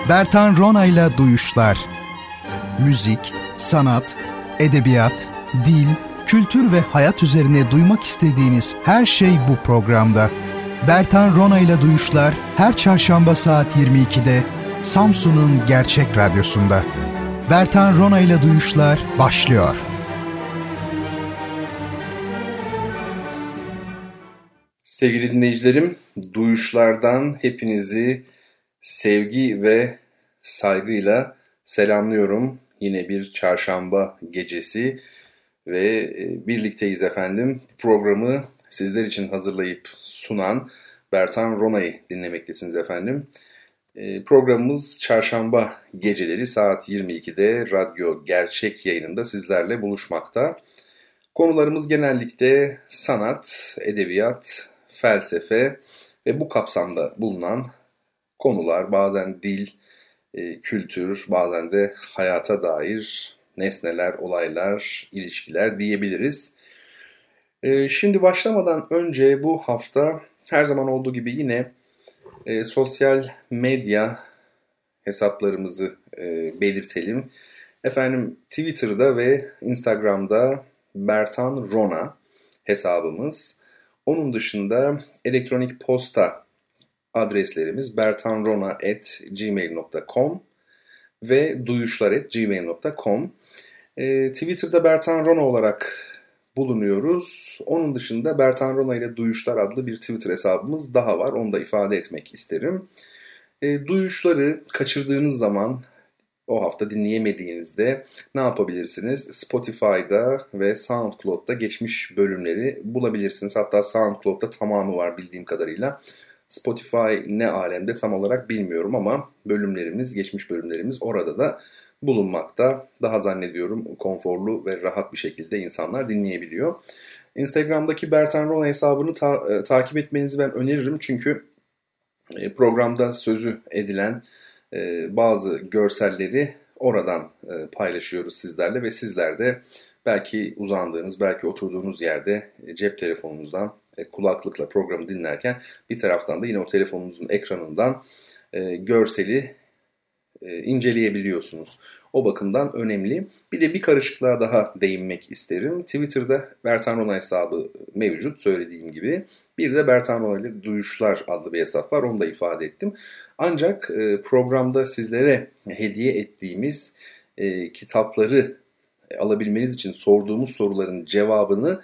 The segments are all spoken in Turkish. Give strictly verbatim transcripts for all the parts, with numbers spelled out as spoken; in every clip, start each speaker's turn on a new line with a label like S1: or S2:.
S1: Bertan Rona'yla Duyuşlar. Müzik, sanat, edebiyat, dil, kültür ve hayat üzerine duymak istediğiniz her şey bu programda. Bertan Rona'yla Duyuşlar her çarşamba saat yirmi ikide Samsun'un Gerçek Radyosu'nda. Bertan Rona'yla Duyuşlar başlıyor.
S2: Sevgili dinleyicilerim, Duyuşlardan hepinizi sevgi ve saygıyla selamlıyorum. Yine bir çarşamba gecesi ve birlikteyiz efendim. Programı sizler için hazırlayıp sunan Bertan Rona'yı dinlemektesiniz efendim. Programımız çarşamba geceleri saat yirmi ikide Radyo Gerçek yayınında sizlerle buluşmakta. Konularımız genellikle sanat, edebiyat, felsefe ve bu kapsamda bulunan konular, bazen dil, kültür, bazen de hayata dair nesneler, olaylar, ilişkiler diyebiliriz. Şimdi başlamadan önce bu hafta her zaman olduğu gibi yine e, sosyal medya hesaplarımızı e, belirtelim. Efendim Twitter'da ve Instagram'da Bertan Rona hesabımız. Onun dışında elektronik posta adreslerimiz bertanrona at gmail nokta com ve duyuşlar at gmail nokta com. E, Twitter'da Bertan Rona olarak bulunuyoruz. Onun dışında Bertan Rona ile Duyuşlar adlı bir Twitter hesabımız daha var. Onu da ifade etmek isterim. E, duyuşları kaçırdığınız zaman, o hafta dinleyemediğinizde ne yapabilirsiniz? Spotify'da ve SoundCloud'da geçmiş bölümleri bulabilirsiniz. Hatta SoundCloud'da tamamı var bildiğim kadarıyla. Spotify ne alemde tam olarak bilmiyorum ama bölümlerimiz, geçmiş bölümlerimiz orada da bulunmakta. Daha zannediyorum konforlu ve rahat bir şekilde insanlar dinleyebiliyor. Instagram'daki Bertan Rona hesabını ta- e, takip etmenizi ben öneririm. Çünkü e, programda sözü edilen e, bazı görselleri oradan e, paylaşıyoruz sizlerle ve sizler de belki uzandığınız, belki oturduğunuz yerde e, cep telefonunuzdan e, kulaklıkla programı dinlerken bir taraftan da yine o telefonunuzun ekranından e, görseli e, inceleyebiliyorsunuz. O bakımdan önemli. Bir de bir karışıklığa daha değinmek isterim. Twitter'da Bertan Rona hesabı mevcut söylediğim gibi. Bir de Bertan Rona ile Duyuşlar adlı bir hesap var. Onu da ifade ettim. Ancak e, programda sizlere hediye ettiğimiz e, kitapları alabilmeniz için sorduğumuz soruların cevabını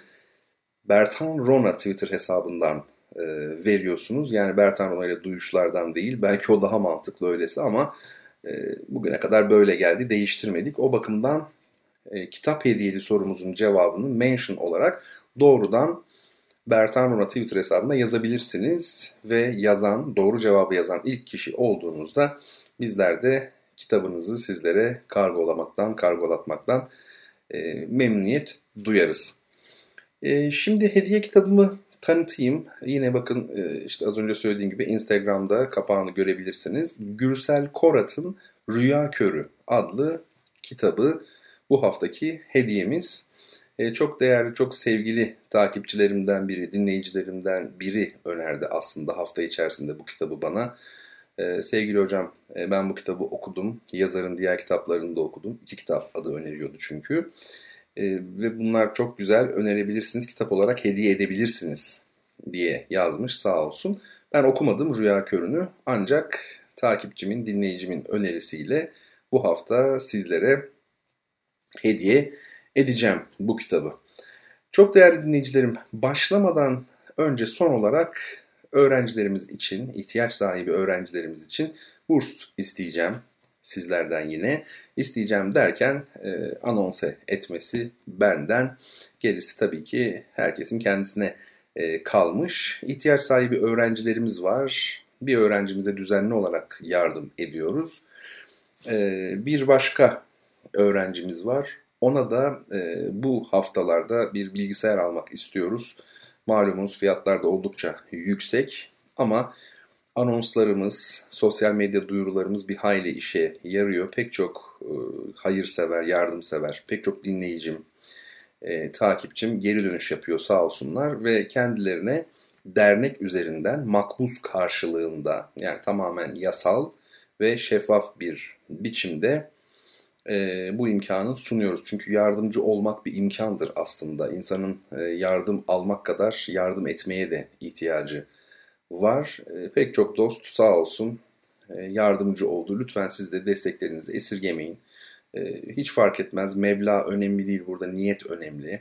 S2: Bertan Rona Twitter hesabından e, veriyorsunuz. Yani Bertan Rona ile Duyuşlardan değil. Belki o daha mantıklı öylesi ama bugüne kadar böyle geldi, değiştirmedik. O bakımdan e, kitap hediyeli sorumuzun cevabını mention olarak doğrudan Bertan Rona Twitter hesabına yazabilirsiniz. Ve yazan, doğru cevabı yazan ilk kişi olduğunuzda bizler de kitabınızı sizlere kargolamaktan, kargolatmaktan e, memnuniyet duyarız. E, şimdi hediye kitabımı tanıtayım. Yine bakın işte az önce söylediğim gibi Instagram'da kapağını görebilirsiniz. Gürsel Korat'ın Rüya Körü adlı kitabı bu haftaki hediyemiz. Çok değerli, çok sevgili takipçilerimden biri, dinleyicilerimden biri önerdi aslında hafta içerisinde bu kitabı bana. Sevgili hocam, ben bu kitabı okudum. Yazarın diğer kitaplarını da okudum. İki kitap adı öneriyordu çünkü. Ee, ve bunlar çok güzel, önerebilirsiniz, kitap olarak hediye edebilirsiniz diye yazmış sağ olsun. Ben okumadım Rüya Körü'nü ancak takipçimin, dinleyicimin önerisiyle bu hafta sizlere hediye edeceğim bu kitabı. Çok değerli dinleyicilerim, başlamadan önce son olarak öğrencilerimiz için, ihtiyaç sahibi öğrencilerimiz için burs isteyeceğim. Sizlerden yine isteyeceğim derken e, anonse etmesi benden. Gerisi tabii ki herkesin kendisine e, kalmış. İhtiyaç sahibi öğrencilerimiz var. Bir öğrencimize düzenli olarak yardım ediyoruz. E, bir başka öğrencimiz var. Ona da e, bu haftalarda bir bilgisayar almak istiyoruz. Malumunuz fiyatlar da oldukça yüksek ama anonslarımız, sosyal medya duyurularımız bir hayli işe yarıyor. Pek çok e, hayırsever, yardımsever, pek çok dinleyicim, e, takipçim geri dönüş yapıyor sağ olsunlar ve kendilerine dernek üzerinden makbuz karşılığında, yani tamamen yasal ve şeffaf bir biçimde e, bu imkanı sunuyoruz. Çünkü yardımcı olmak bir imkandır aslında. İnsanın e, yardım almak kadar yardım etmeye de ihtiyacı var. E, pek çok dost sağ olsun e, yardımcı oldu. Lütfen siz de desteklerinizi esirgemeyin. E, hiç fark etmez. Meblağ önemli değil burada, niyet önemli.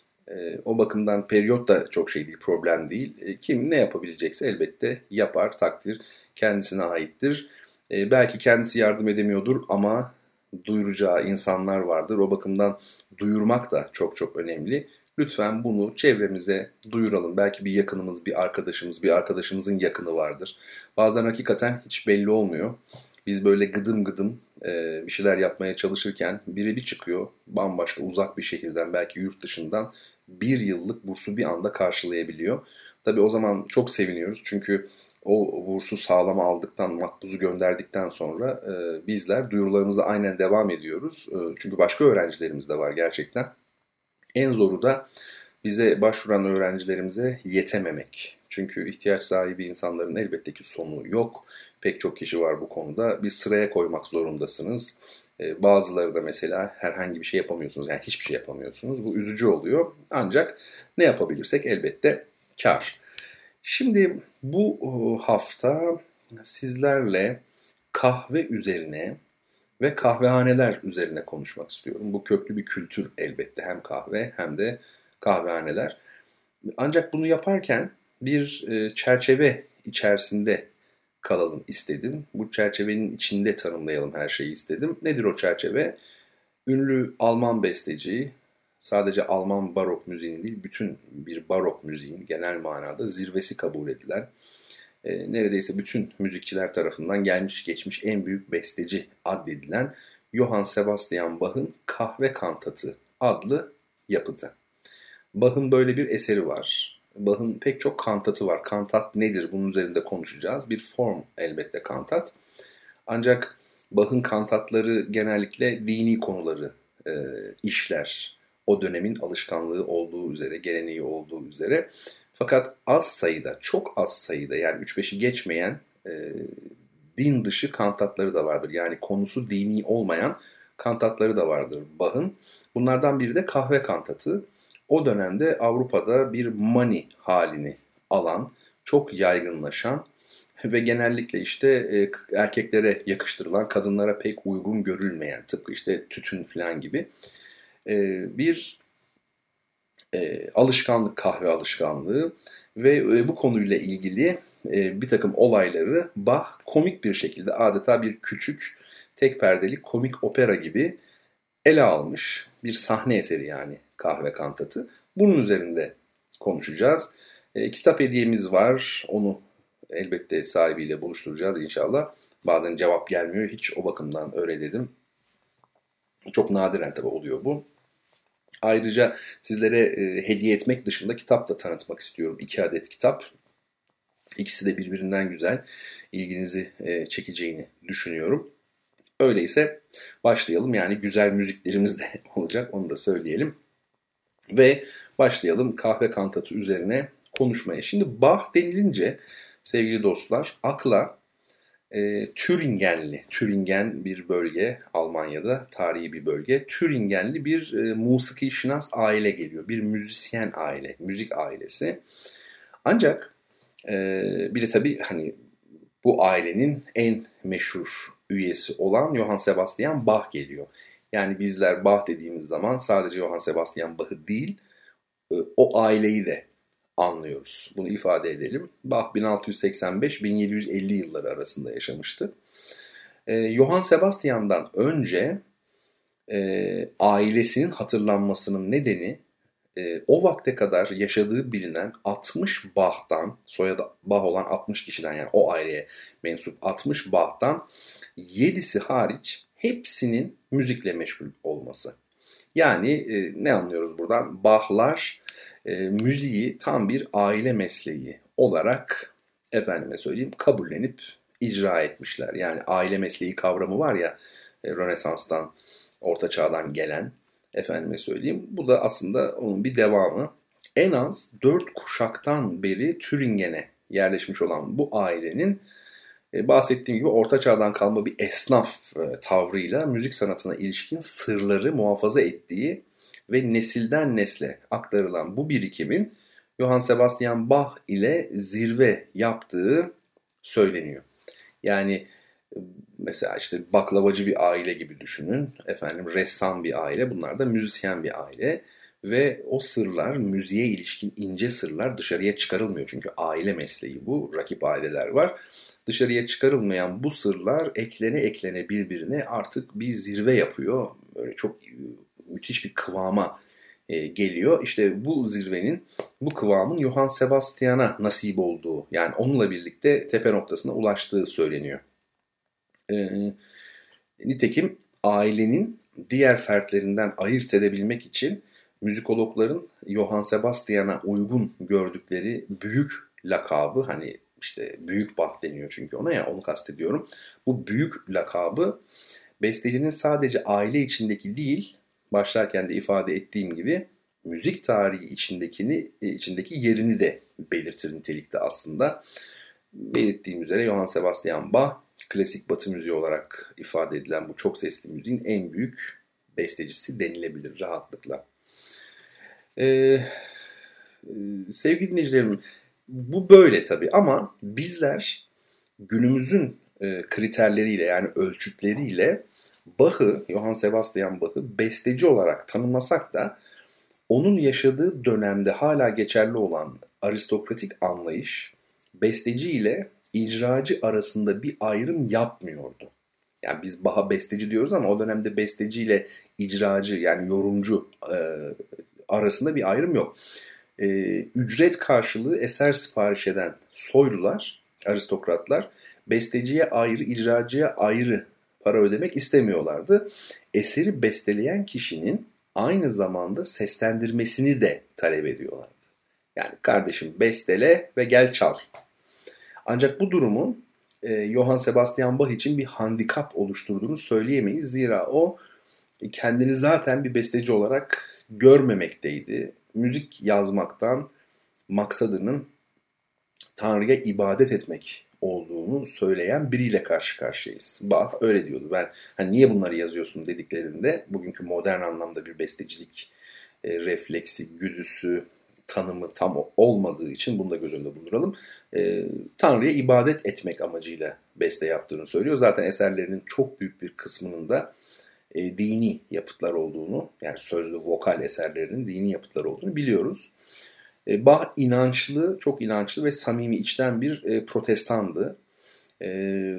S2: E, o bakımdan periyot da çok şey değil, problem değil. E, kim ne yapabilecekse elbette yapar, takdir kendisine aittir. E, belki kendisi yardım edemiyordur ama duyuracağı insanlar vardır. O bakımdan duyurmak da çok çok önemli. Lütfen bunu çevremize duyuralım. Belki bir yakınımız, bir arkadaşımız, bir arkadaşımızın yakını vardır. Bazen hakikaten hiç belli olmuyor. Biz böyle gıdım gıdım e, bir şeyler yapmaya çalışırken biri bir çıkıyor, bambaşka uzak bir şehirden, belki yurt dışından bir yıllık bursu bir anda karşılayabiliyor. Tabii o zaman çok seviniyoruz çünkü o bursu sağlama aldıktan, makbuzu gönderdikten sonra e, bizler duyurularımıza aynen devam ediyoruz. E, çünkü başka öğrencilerimiz de var gerçekten. En zoru da bize başvuran öğrencilerimize yetememek. Çünkü ihtiyaç sahibi insanların elbette ki sonu yok. Pek çok kişi var bu konuda. Bir sıraya koymak zorundasınız. E, bazıları da mesela herhangi bir şey yapamıyorsunuz. Yani hiçbir şey yapamıyorsunuz. Bu üzücü oluyor. Ancak ne yapabilirsek elbette kâr. Şimdi bu hafta sizlerle kahve üzerine ve kahvehaneler üzerine konuşmak istiyorum. Bu köklü bir kültür elbette, hem kahve hem de kahvehaneler. Ancak bunu yaparken bir çerçeve içerisinde kalalım istedim. Bu çerçevenin içinde tanımlayalım her şeyi istedim. Nedir o çerçeve? Ünlü Alman besteci, sadece Alman barok müziğinin değil, bütün bir barok müziğin genel manada zirvesi kabul edilen, e, neredeyse bütün müzikçiler tarafından gelmiş geçmiş en büyük besteci addedilen Johann Sebastian Bach'ın Kahve Kantatı adlı yapıtı. Bach'ın böyle bir eseri var. Bach'ın pek çok kantatı var. Kantat nedir? Bunun üzerinde konuşacağız. Bir form elbette kantat. Ancak Bach'ın kantatları genellikle dini konuları e, işler. O dönemin alışkanlığı olduğu üzere, geleneği olduğu üzere. Fakat az sayıda, çok az sayıda, yani üç beşi geçmeyen e, din dışı kantatları da vardır. Yani konusu dini olmayan kantatları da vardır Bach'ın. Bunlardan biri de kahve kantatı. O dönemde Avrupa'da bir mani halini alan, çok yaygınlaşan ve genellikle işte e, erkeklere yakıştırılan, kadınlara pek uygun görülmeyen, tıpkı işte tütün falan gibi e, bir e, alışkanlık, kahve alışkanlığı ve e, bu konuyla ilgili e, bir takım olayları Bach komik bir şekilde, adeta bir küçük tek perdeli komik opera gibi ele almış. Bir sahne eseri yani kahve kantatı. Bunun üzerinde konuşacağız. E, kitap hediyemiz var. Onu elbette sahibiyle buluşturacağız inşallah. Bazen cevap gelmiyor. Hiç o bakımdan öyle dedim. Çok nadiren tabii oluyor bu. Ayrıca sizlere e, hediye etmek dışında kitap da tanıtmak istiyorum. İki adet kitap. İkisi de birbirinden güzel. İlginizi e, çekeceğini düşünüyorum. Öyleyse başlayalım. Yani güzel müziklerimiz de olacak. Onu da söyleyelim. Ve başlayalım kahve kantatı üzerine konuşmaya. Şimdi Bach denilince sevgili dostlar akla e, Türingenli, Türingen bir bölge Almanya'da, tarihi bir bölge. Türingenli bir e, musiki şinas aile geliyor. Bir müzisyen aile, müzik ailesi. Ancak e, bir de tabii hani bu ailenin en meşhur üyesi olan Johann Sebastian Bach geliyor. Yani bizler Bach dediğimiz zaman sadece Johann Sebastian Bach'ı değil, o aileyi de anlıyoruz. Bunu ifade edelim. Bach bin altı yüz seksen beş bin yedi yüz elli yılları arasında yaşamıştı. Johann Sebastian'dan önce e, ailesinin hatırlanmasının nedeni e, o vakte kadar yaşadığı bilinen altmış Bach'tan, soyadı Bach olan altmış kişiden, yani o aileye mensup altmış Bach'tan yedisi hariç hepsinin müzikle meşgul olması. Yani e, ne anlıyoruz buradan? Bach'lar e, müziği tam bir aile mesleği olarak efendime söyleyeyim kabullenip icra etmişler. Yani aile mesleği kavramı var ya e, Rönesans'tan, Orta Çağ'dan gelen, efendime söyleyeyim. Bu da aslında onun bir devamı. En az dört kuşaktan beri Türingen'e yerleşmiş olan bu ailenin E, bahsettiğim gibi Orta Çağ'dan kalma bir esnaf e, tavrıyla müzik sanatına ilişkin sırları muhafaza ettiği ve nesilden nesle aktarılan bu birikimin Johann Sebastian Bach ile zirve yaptığı söyleniyor. Yani mesela işte baklavacı bir aile gibi düşünün. Efendim ressam bir aile. Bunlar da müzisyen bir aile. Ve o sırlar, müziğe ilişkin ince sırlar dışarıya çıkarılmıyor. Çünkü aile mesleği bu. Rakip aileler var. Dışarıya çıkarılmayan bu sırlar eklene eklene birbirine artık bir zirve yapıyor. Böyle çok müthiş bir kıvama geliyor. İşte bu zirvenin, bu kıvamın Johann Sebastian'a nasip olduğu, yani onunla birlikte tepe noktasına ulaştığı söyleniyor. E, nitekim ailenin diğer fertlerinden ayırt edebilmek için müzikologların Johann Sebastian'a uygun gördükleri büyük lakabı, hani işte büyük Bach deniyor çünkü ona, ya onu kastediyorum. Bu büyük lakabı bestecinin sadece aile içindeki değil, başlarken de ifade ettiğim gibi müzik tarihi içindekini içindeki yerini de belirtir nitelikte aslında. Belirttiğim üzere Johann Sebastian Bach, klasik Batı müziği olarak ifade edilen bu çok sesli müziğin en büyük bestecisi denilebilir rahatlıkla. Ee, sevgili dinleyicilerim, bu böyle tabii ama bizler günümüzün e, kriterleriyle, yani ölçütleriyle Bach'ı, Johann Sebastian Bach'ı besteci olarak tanımlasak da onun yaşadığı dönemde hala geçerli olan aristokratik anlayış besteci ile icracı arasında bir ayrım yapmıyordu. Yani biz Bach'a besteci diyoruz ama o dönemde besteci ile icracı, yani yorumcu e, arasında bir ayrım yok. E, ücret karşılığı eser sipariş eden soylular, aristokratlar besteciye ayrı, icracıya ayrı para ödemek istemiyorlardı. Eseri besteleyen kişinin aynı zamanda seslendirmesini de talep ediyorlardı. Yani kardeşim bestele ve gel çal. Ancak bu durumun e, Johann Sebastian Bach için bir handikap oluşturduğunu söyleyemeyiz. Zira o kendini zaten bir besteci olarak görmemekteydi. Müzik yazmaktan maksadının Tanrı'ya ibadet etmek olduğunu söyleyen biriyle karşı karşıyayız. Bach öyle diyordu. Ben hani niye bunları yazıyorsun dediklerinde, bugünkü modern anlamda bir bestecilik e, refleksi, güdüsü, tanımı tam olmadığı için bunu da göz önünde bulunduralım. E, Tanrı'ya ibadet etmek amacıyla beste yaptığını söylüyor. Zaten eserlerinin çok büyük bir kısmının da e, dini yapıtlar olduğunu, yani sözlü vokal eserlerinin dini yapıtlar olduğunu biliyoruz. E, Bach inançlı, çok inançlı ve samimi, içten bir e, protestandı. E,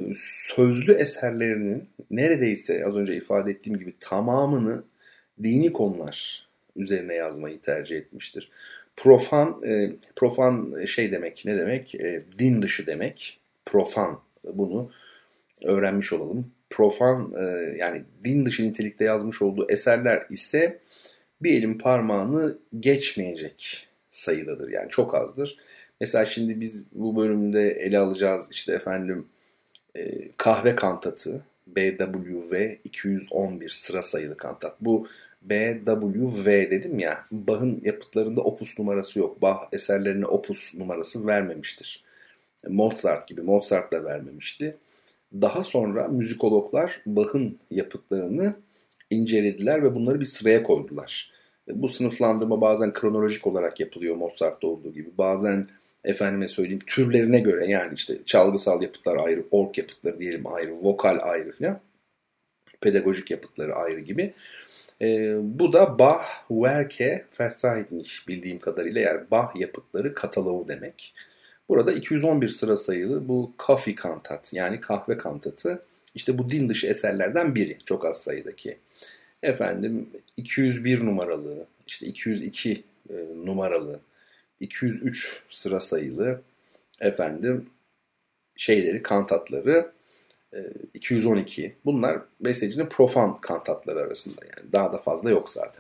S2: sözlü eserlerinin neredeyse az önce ifade ettiğim gibi tamamını dini konular üzerine yazmayı tercih etmiştir. Profan, e, profan şey demek, ne demek? E, din dışı demek. Profan, bunu öğrenmiş olalım. Profan, e, yani din dışı nitelikte yazmış olduğu eserler ise bir elin parmağını geçmeyecek sayıdadır. Yani çok azdır. Mesela şimdi biz bu bölümde ele alacağız işte efendim e, Kahve Kantatı, B W V iki yüz on bir sıra sayılı kantat. Bu B W V dedim ya, Bach'ın yapıtlarında opus numarası yok. Bach eserlerine opus numarası vermemiştir. Mozart gibi, Mozart da vermemişti. Daha sonra müzikologlar Bach'ın yapıtlarını incelediler ve bunları bir sıraya koydular. Bu sınıflandırma bazen kronolojik olarak yapılıyor Mozart'ta olduğu gibi. Bazen efendime söyleyeyim türlerine göre, yani işte çalgısal yapıtlar ayrı, ork yapıtları diyelim ayrı, vokal ayrı falan, pedagojik yapıtları ayrı gibi. E, bu da Bach Werke Verzeichnis bildiğim kadarıyla, yani Bach yapıtları kataloğu demek. Burada iki yüz on bir sıra sayılı bu Coffee Kantat, yani kahve kantatı, işte bu din dışı eserlerden biri, çok az sayıdaki. Efendim iki yüz bir numaralı, işte iki yüz iki e, numaralı, iki yüz üç sıra sayılı efendim şeyleri, kantatları, e, iki yüz on iki. Bunlar bestecinin profan kantatları arasında, yani daha da fazla yok zaten.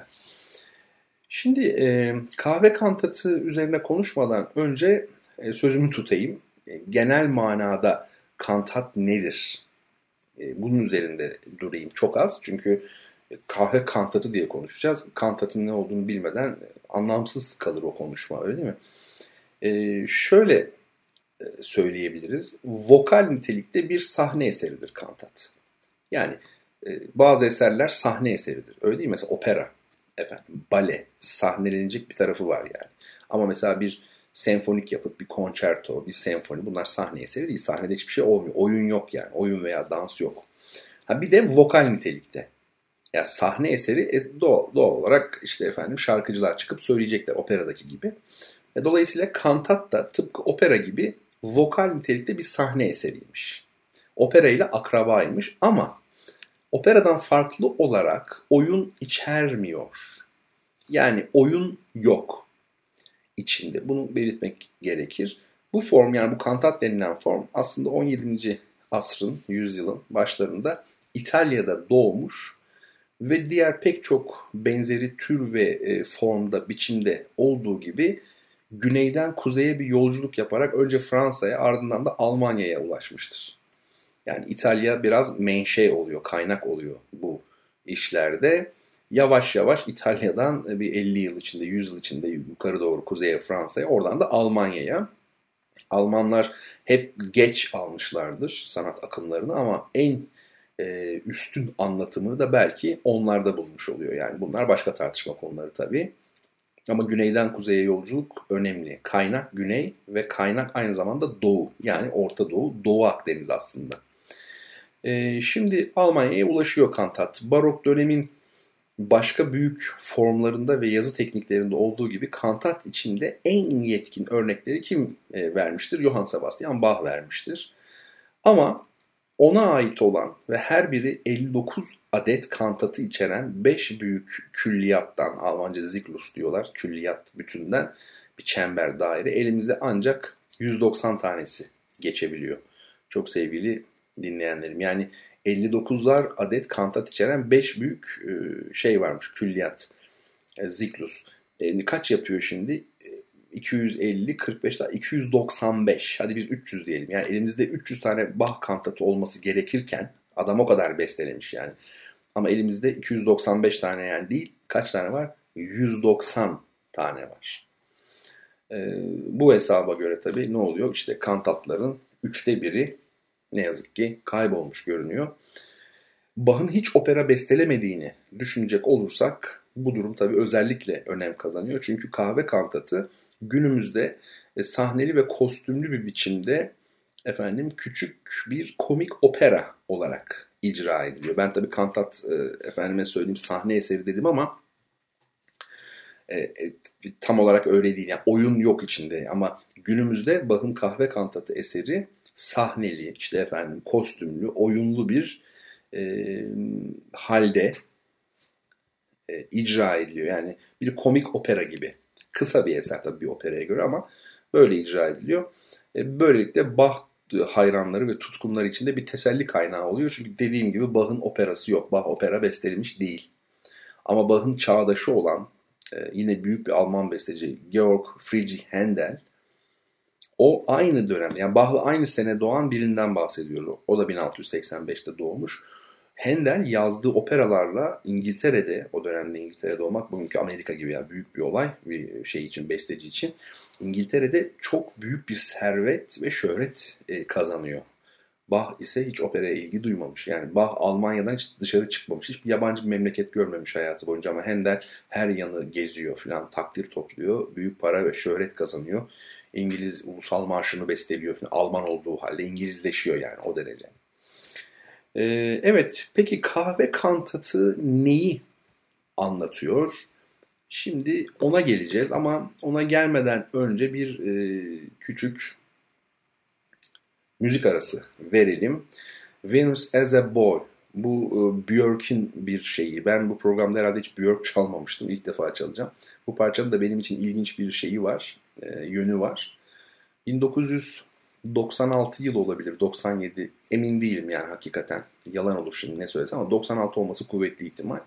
S2: Şimdi e, kahve kantatı üzerine konuşmadan önce e, sözümü tutayım. E, genel manada kantat nedir? E, bunun üzerinde durayım çok az, çünkü kahve kantatı diye konuşacağız. Kantatın ne olduğunu bilmeden anlamsız kalır o konuşma, öyle değil mi? Ee, şöyle söyleyebiliriz. Vokal nitelikte bir sahne eseridir kantat. Yani e, bazı eserler sahne eseridir. Öyle değil mi? Mesela opera, efendim, bale, sahnelenecek bir tarafı var yani. Ama mesela bir senfonik yapıt, bir konçerto, bir senfoni, bunlar sahne eseri değil. Sahnede hiçbir şey olmuyor. Oyun yok yani. Oyun veya dans yok. Ha bir de vokal nitelikte. Ya sahne eseri doğal, doğal olarak işte efendim şarkıcılar çıkıp söyleyecekler operadaki gibi. E, dolayısıyla kantat da tıpkı opera gibi vokal nitelikte bir sahne eseriymiş. Opera ile akrabaymış ama operadan farklı olarak oyun içermiyor. Yani oyun yok içinde. Bunu belirtmek gerekir. Bu form, yani bu kantat denilen form aslında on yedinci asrın, yüzyılın başlarında İtalya'da doğmuş ve diğer pek çok benzeri tür ve formda, biçimde olduğu gibi güneyden kuzeye bir yolculuk yaparak önce Fransa'ya, ardından da Almanya'ya ulaşmıştır. Yani İtalya biraz menşe oluyor, kaynak oluyor bu işlerde. Yavaş yavaş İtalya'dan bir elli yıl içinde, yüz yıl içinde yukarı doğru kuzeye, Fransa'ya, oradan da Almanya'ya. Almanlar hep geç almışlardır sanat akımlarını ama en e, üstün anlatımını da belki onlarda bulmuş oluyor. Yani bunlar başka tartışma konuları tabii. Ama güneyden kuzeye yolculuk önemli. Kaynak güney ve kaynak aynı zamanda doğu. Yani Orta Doğu, Doğu Akdeniz aslında. Ee, şimdi Almanya'ya ulaşıyor kantat. Barok dönemin başka büyük formlarında ve yazı tekniklerinde olduğu gibi kantat içinde en yetkin örnekleri kim e, vermiştir? Johann Sebastian Bach vermiştir. Ama ona ait olan ve her biri elli dokuz adet kantatı içeren beş büyük külliyattan, Almanca Zyklus diyorlar, külliyat bütünden bir çember daire, elimize ancak yüz doksan tanesi geçebiliyor. Çok sevgili dinleyenlerim, yani elli dokuzlar adet kantat içeren beş büyük şey varmış, külliyat, Zyklus. E, kaç yapıyor şimdi? iki yüz elli, kırk beş daha iki yüz doksan beş. Hadi biz üç yüz diyelim. Yani elimizde üç yüz tane Bach kantatı olması gerekirken adam o kadar bestelemiş yani. Ama elimizde iki yüz doksan beş tane yani değil. Kaç tane var? yüz doksan tane var. Ee, bu hesaba göre tabii ne oluyor? İşte kantatların üçte biri ne yazık ki kaybolmuş görünüyor. Bach'ın hiç opera bestelemediğini düşünecek olursak bu durum tabii özellikle önem kazanıyor. Çünkü kahve kantatı günümüzde e, sahneli ve kostümlü bir biçimde efendim küçük bir komik opera olarak icra ediliyor. Ben tabii kantat e, efendime söyleyeyim sahne eseri dedim ama e, e, tam olarak öyle değil. Yani oyun yok içinde ama günümüzde Bach'ın kahve kantatı eseri sahneli, işte efendim kostümlü, oyunlu bir e, halde e, icra ediliyor. Yani bir komik opera gibi. Kısa bir eser tabii bir operaya göre ama böyle icra ediliyor. E, böylelikle Bach hayranları ve tutkunlar için de bir teselli kaynağı oluyor. Çünkü dediğim gibi Bach'ın operası yok. Bach opera bestelemiş değil. Ama Bach'ın çağdaşı olan e, yine büyük bir Alman besteci Georg Friedrich Händel, o aynı dönemde, yani Bach'la aynı sene doğan birinden bahsediyoruz. O da bin altı yüz seksen beşte doğmuş. Händel yazdığı operalarla İngiltere'de, o dönemde İngiltere'de olmak bugünkü Amerika gibi yani büyük bir olay bir şey için, besteci için. İngiltere'de çok büyük bir servet ve şöhret kazanıyor. Bach ise hiç operaya ilgi duymamış. Yani Bach Almanya'dan hiç dışarı çıkmamış. Hiçbir yabancı bir memleket görmemiş hayatı boyunca ama Händel her yanı geziyor falan, takdir topluyor. Büyük para ve şöhret kazanıyor. İngiliz ulusal marşını besteliyor falan. Alman olduğu halde İngilizleşiyor yani o derece. Ee, evet, peki kahve kantatı neyi anlatıyor? Şimdi ona geleceğiz ama ona gelmeden önce bir e, küçük müzik arası verelim. Venus as a Boy. Bu e, Björk'ün bir şeyi. Ben bu programda herhalde hiç Björk çalmamıştım. İlk defa çalacağım. Bu parçanın da benim için ilginç bir şeyi var. E, yönü var. bin dokuz yüz doksan altı yıl olabilir. doksan yedi. Emin değilim yani hakikaten. Yalan olur şimdi ne söylesem ama doksan altı olması kuvvetli ihtimal.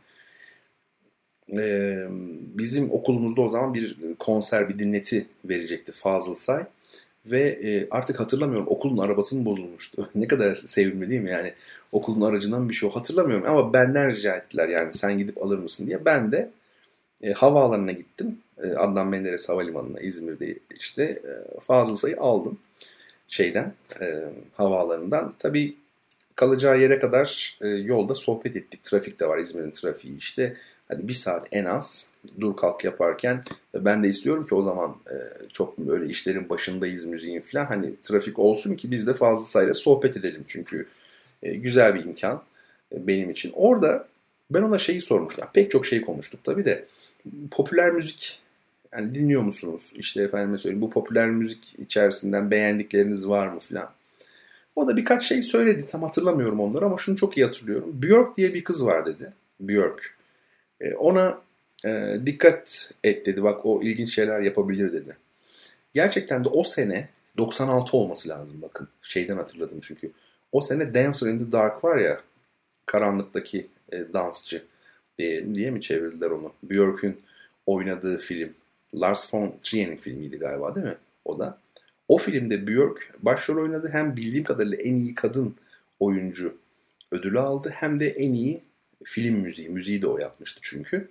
S2: E, bizim okulumuzda o zaman bir konser, bir dinleti verecekti Fazıl Say. Ve e, artık hatırlamıyorum, okulun arabası mı bozulmuştu? Ne kadar sevimli değil mi? Yani okulun aracından bir şey o hatırlamıyorum. Ama benden rica ettiler yani sen gidip alır mısın diye. Ben de e, havaalanına gittim. E, Adnan Menderes Havalimanı'na İzmir'de işte e, Fazıl Say'ı aldım. şeyden, e, havaalanından. Tabii kalacağı yere kadar e, yolda sohbet ettik. Trafik de var, İzmir'in trafiği işte. Hadi bir saat en az dur kalk yaparken ben de istiyorum ki o zaman e, çok böyle işlerin başındayız müziğin falan. Hani trafik olsun ki biz de fazla sayıda sohbet edelim çünkü e, güzel bir imkan e, benim için. Orada ben ona şeyi sormuştum. Pek çok şey konuştuk tabii de. Popüler müzik yani dinliyor musunuz? İşte efendime söyleyeyim bu popüler müzik içerisinden beğendikleriniz var mı falan. O da birkaç şey söyledi. Tam hatırlamıyorum onları ama şunu çok iyi hatırlıyorum. Björk diye bir kız var dedi. Björk. E, ona e, dikkat et dedi. Bak o ilginç şeyler yapabilir dedi. Gerçekten de o sene doksan altı olması lazım bakın. Şeyden hatırladım çünkü. O sene Dancer in the Dark var ya. Karanlıktaki e, dansçı diye, diye mi çevirdiler onu? Björk'ün oynadığı film. Lars von Trier'in filmiydi galiba değil mi? O da. O filmde Björk başrol oynadı. Hem bildiğim kadarıyla en iyi kadın oyuncu ödülü aldı. Hem de en iyi film müziği. Müziği de o yapmıştı çünkü.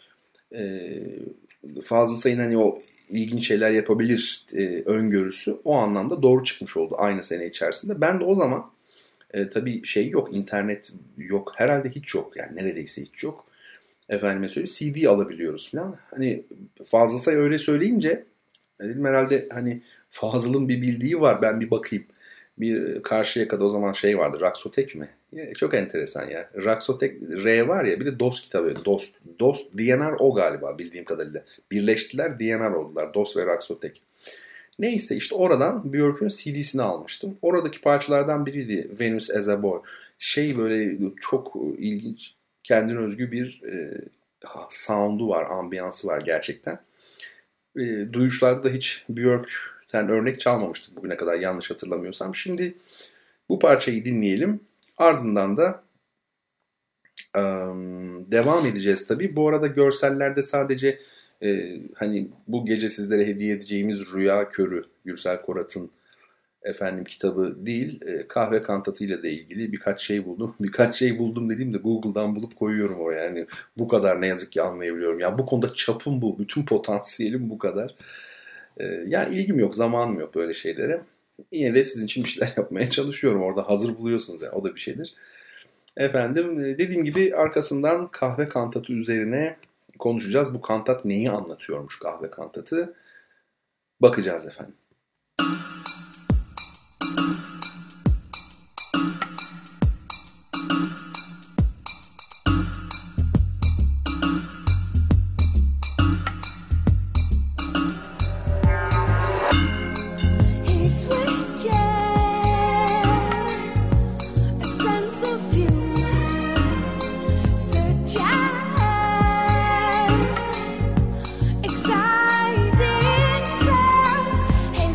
S2: Ee, Fazıl Say'ın hani o ilginç şeyler yapabilir e, öngörüsü o anlamda doğru çıkmış oldu aynı sene içerisinde. Ben de o zaman e, tabii şey yok, internet yok. Herhalde hiç yok. Yani neredeyse hiç yok. Efendime söyleyeyim C D alabiliyoruz falan. Hani Fazıl Say öyle söyleyince dedim herhalde hani Fazıl'ın bir bildiği var ben bir bakayım. Bir Karşıyaka'da o zaman şey vardı Raksotek mi? Ya, çok enteresan ya. Raksotek R var ya bir de DOS kitabı. DOS, DOS D N R o galiba bildiğim kadarıyla. Birleştiler D N R oldular. DOS ve Raksotek. Neyse işte oradan Björk'ün C D'sini almıştım. Oradaki parçalardan biriydi Venus as a Boy. Şey böyle çok ilginç kendine özgü bir e, sound'u var, ambiyansı var gerçekten. E, duyuşlarda da hiç Björk'ten örnek çalmamıştık bugüne kadar yanlış hatırlamıyorsam. Şimdi bu parçayı dinleyelim. Ardından da e, devam edeceğiz tabii. Bu arada görsellerde sadece e, hani bu gece sizlere hediye edeceğimiz Rüya Körü, Gürsel Korat'ın efendim kitabı değil, kahve kantatıyla da ilgili birkaç şey buldum. Birkaç şey buldum dediğimde Google'dan bulup koyuyorum oraya. Yani bu kadar ne yazık ki anlayabiliyorum. Yani bu konuda çapım bu. Bütün potansiyelim bu kadar. Yani ilgim yok, zamanım yok böyle şeylere. Yine de sizin için bir şeyler yapmaya çalışıyorum. Orada hazır buluyorsunuz yani. O da bir şeydir. Efendim dediğim gibi arkasından kahve kantatı üzerine konuşacağız. Bu kantat neyi anlatıyormuş kahve kantatı? Bakacağız efendim.
S3: Exciting sounds.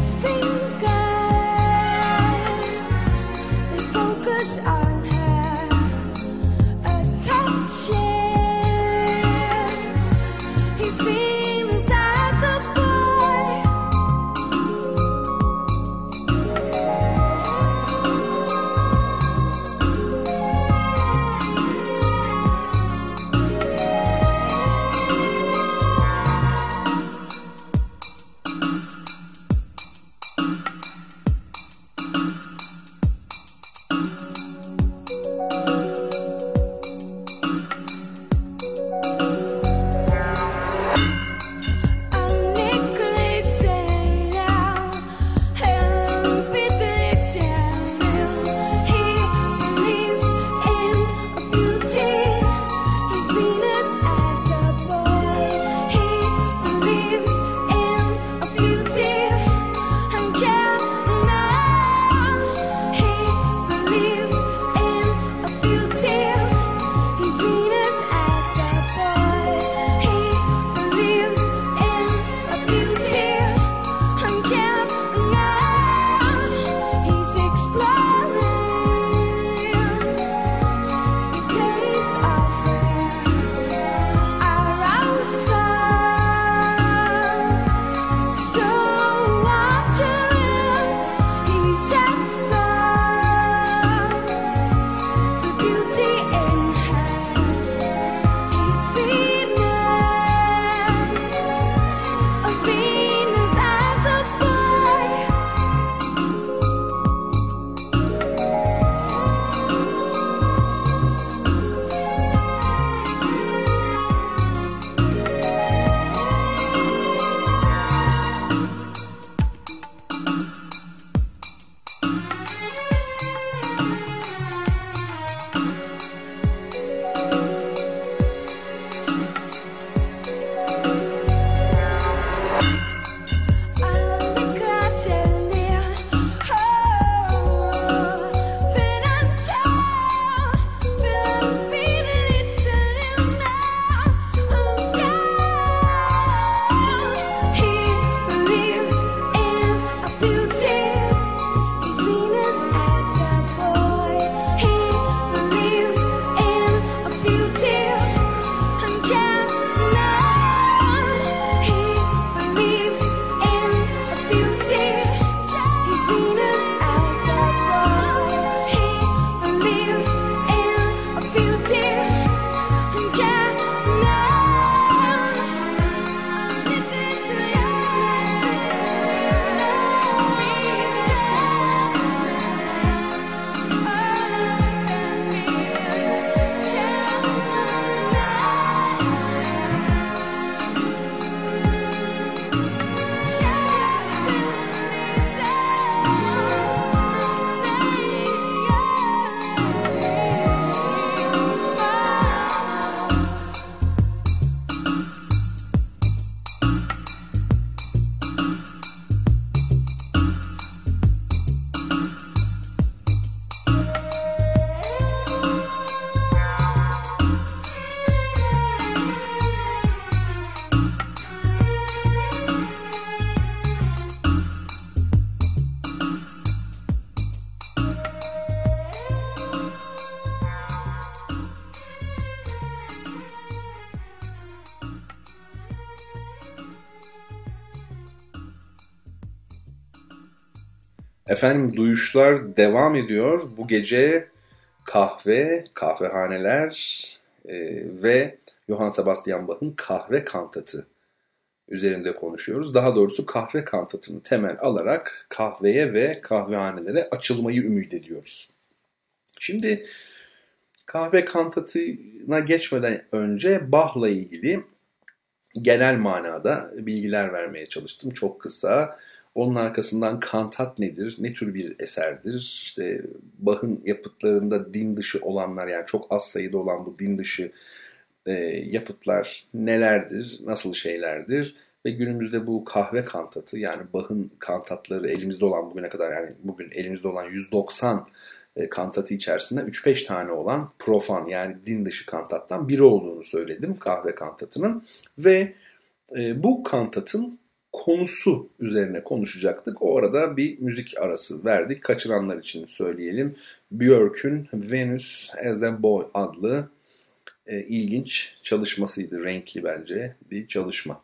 S2: Efendim duyuşlar devam ediyor. Bu gece kahve, kahvehaneler e, ve Johann Sebastian Bach'ın kahve kantatı üzerinde konuşuyoruz. Daha doğrusu kahve kantatını temel alarak kahveye ve kahvehanelere açılmayı ümit ediyoruz. Şimdi kahve kantatına geçmeden önce Bach'la ilgili genel manada bilgiler vermeye çalıştım. Çok kısa. Onun arkasından kantat nedir? Ne tür bir eserdir? İşte Bach'ın yapıtlarında din dışı olanlar, yani çok az sayıda olan bu din dışı e, yapıtlar nelerdir? Nasıl şeylerdir? Ve günümüzde bu kahve kantatı, yani Bach'ın kantatları elimizde olan bugüne kadar, yani bugün elimizde olan yüz doksan e, kantatı içerisinde üç beş tane olan profan, yani din dışı kantattan biri olduğunu söyledim kahve kantatının. Ve e, bu kantatın konusu üzerine konuşacaktık. O arada bir müzik arası verdik. Kaçıranlar için söyleyelim. Björk'ün Venus as a Boy adlı e, ilginç çalışmasıydı. Renkli bence bir çalışma.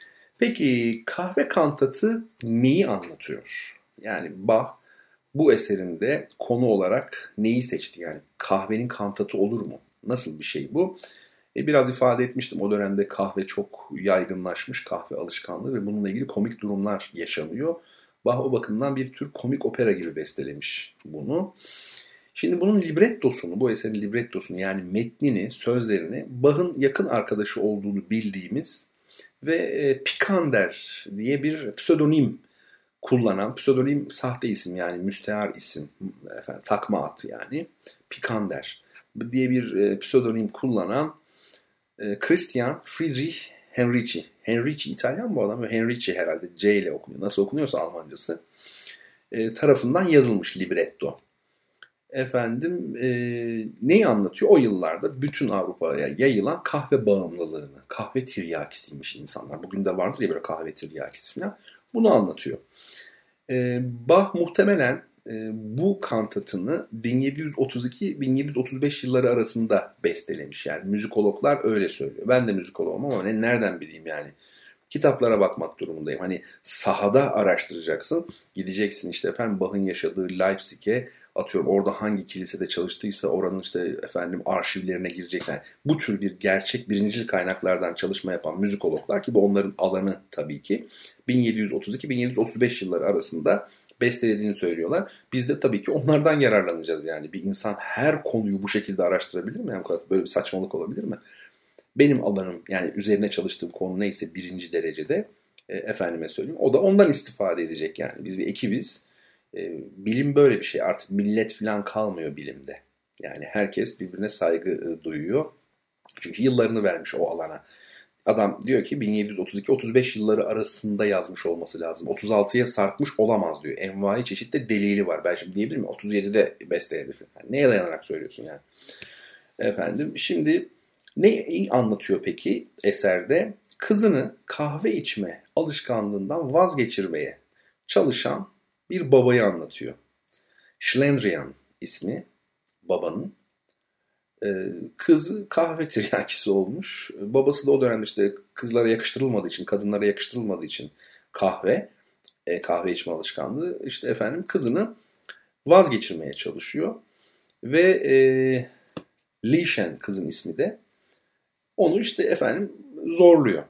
S2: Peki kahve kantatı neyi anlatıyor? Yani Bach bu eserinde konu olarak neyi seçti? Yani kahvenin kantatı olur mu? Nasıl bir şey bu? E, biraz ifade etmiştim. O dönemde kahve çok yaygınlaşmış, kahve alışkanlığı ve bununla ilgili komik durumlar yaşanıyor. Bach o bakımdan bir tür komik opera gibi bestelemiş bunu. Şimdi bunun librettosunu, bu eserin librettosunu, yani metnini, sözlerini Bach'ın yakın arkadaşı olduğunu bildiğimiz ve e, Picander diye bir pseudonim kullanan, pseudonim sahte isim, yani müstehar isim, efendim, takma ad yani, Picander diye bir e, pseudonim kullanan e, Christian Friedrich Henrici. Henrici İtalyan bu adam ve Henrici herhalde C ile okunuyor. Nasıl okunuyorsa Almancası. E, tarafından yazılmış libretto. Efendim e, neyi anlatıyor? O yıllarda bütün Avrupa'ya yayılan kahve bağımlılığını, kahve tiryakisiymiş insanlar. Bugün de vardır ya böyle kahve tiryakisi falan. Bunu anlatıyor. E, Bach muhtemelen e, bu kantatını bin yedi yüz otuz iki bin yedi yüz otuz beş yılları arasında bestelemiş. Yani müzikologlar öyle söylüyor. Ben de müzikologum ama ne, nereden bileyim yani. Kitaplara bakmak durumundayım. Hani sahada araştıracaksın. Gideceksin işte efendim Bach'ın yaşadığı Leipzig'e, atıyorum orada hangi kilisede çalıştıysa oranın işte efendim arşivlerine gireceksin. Yani bu tür bir gerçek birincil kaynaklardan çalışma yapan müzikologlar, ki bu onların alanı tabii ki, bin yedi yüz otuz iki bin yedi yüz otuz beş yılları arasında bestelediğini söylüyorlar. Biz de tabii ki onlardan yararlanacağız yani. Bir insan her konuyu bu şekilde araştırabilir mi? Yani böyle bir saçmalık olabilir mi? Benim alanım, yani üzerine çalıştığım konu neyse birinci derecede e, efendime söyleyeyim, o da ondan istifade edecek yani. Biz bir ekibiz. E, bilim böyle bir şey. Artık millet falan kalmıyor bilimde. Yani herkes birbirine saygı e, duyuyor. Çünkü yıllarını vermiş o alana. Adam diyor ki bin yedi yüz otuz iki otuz beş yılları arasında yazmış olması lazım. otuz altıya sarkmış olamaz diyor. Envai çeşitli delili var. Ben şimdi diyebilir miyim? otuz yedide besteledi falan. Yani neye dayanarak söylüyorsun yani? Efendim şimdi neyi anlatıyor peki eserde? Kızını kahve içme alışkanlığından vazgeçirmeye çalışan bir babayı anlatıyor. Schlendrian ismi babanın. Ee, kızı kahve tiryakisi olmuş. Babası da o dönemde işte kızlara yakıştırılmadığı için, kadınlara yakıştırılmadığı için kahve, e, kahve içme alışkanlığı, işte efendim kızını vazgeçirmeye çalışıyor. Ve e, Lieschen kızın ismi de, onu işte efendim zorluyor.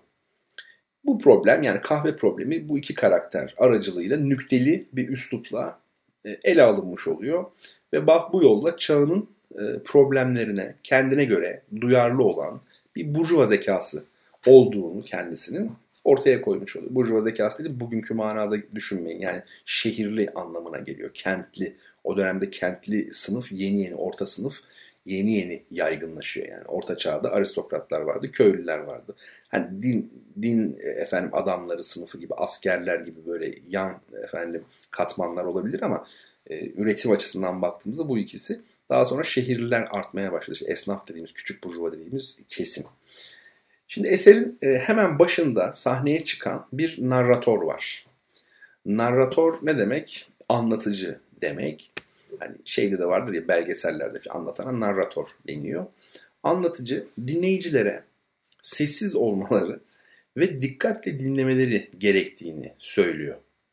S2: Bu problem, yani kahve problemi, bu iki karakter aracılığıyla nükteli bir üslupla ele alınmış oluyor. Ve Bach bu yolla çağının problemlerine kendine göre duyarlı olan bir burjuva zekası olduğunu kendisinin ortaya koymuş oluyor. Burjuva zekası dedi, bugünkü manada düşünmeyin. Yani şehirli anlamına geliyor. Kentli. O dönemde kentli sınıf yeni yeni, orta sınıf yeni yeni yaygınlaşıyor yani. Orta çağda aristokratlar vardı, köylüler vardı. Hani din din efendim adamları sınıfı gibi, askerler gibi böyle yan efendim katmanlar olabilir ama e, üretim açısından baktığımızda bu ikisi. Daha sonra şehirliler artmaya başladı. İşte esnaf dediğimiz, küçük burjuva dediğimiz kesim. Şimdi eserin e, hemen başında sahneye çıkan bir narratör var. Narratör ne demek? Anlatıcı demek. Hani şeyde de vardır ya, belgesellerde anlatana narratör deniyor. Anlatıcı dinleyicilere sessiz olmaları ve dikkatle dinlemeleri gerektiğini söylüyor.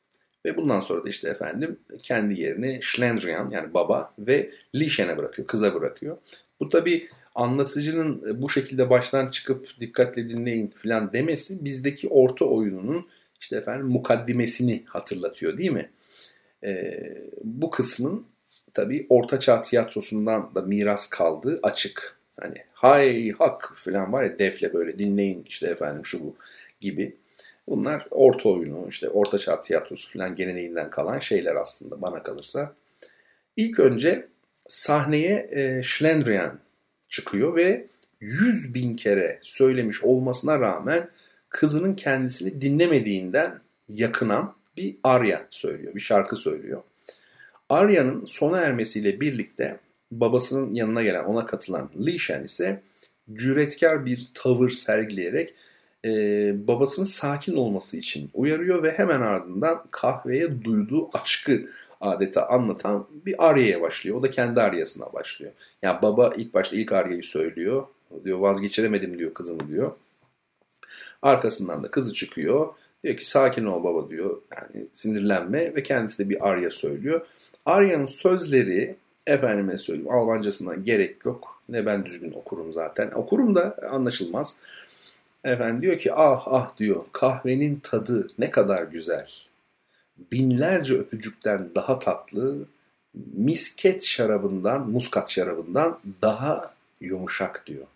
S2: Ve bundan sonra da işte efendim kendi yerini Schlendrian yani baba ve Lieschen'e bırakıyor, kıza bırakıyor. Bu tabii anlatıcının bu şekilde baştan çıkıp dikkatle dinleyin falan demesi bizdeki orta oyununun işte efendim mukaddimesini hatırlatıyor değil mi? Ee, bu kısmın tabii Ortaçağ tiyatrosundan da miras kaldığı açık. Hani hay hak falan var ya defle böyle dinleyin işte efendim şu bu gibi. Bunlar orta oyunu işte Ortaçağ tiyatrosu falan geleneğinden kalan şeyler aslında bana kalırsa. İlk önce sahneye e, Schlendrian çıkıyor ve yüz bin kere söylemiş olmasına rağmen kızının kendisini dinlemediğinden yakınan bir arya söylüyor, bir şarkı söylüyor. Arya'nın sona ermesiyle birlikte babasının yanına gelen, ona katılan Lieschen ise cüretkar bir tavır sergileyerek e, babasının sakin olması için uyarıyor ve hemen ardından kahveye duyduğu aşkı adeta anlatan bir aryaya başlıyor. O da kendi aryasına başlıyor. Yani baba ilk başta ilk aryayı söylüyor. Diyor vazgeçiremedim diyor kızımı diyor. Arkasından da kızı çıkıyor. Diyor ki sakin ol baba diyor. Yani sinirlenme ve kendisi de bir arya söylüyor. Arya'nın sözleri efendime söyleyeyim Almancasından gerek yok. Ne ben düzgün okurum zaten. Okurum da anlaşılmaz. Efendim diyor ki ah ah diyor kahvenin tadı ne kadar güzel. Binlerce öpücükten daha tatlı, misket şarabından, muskat şarabından daha yumuşak diyor.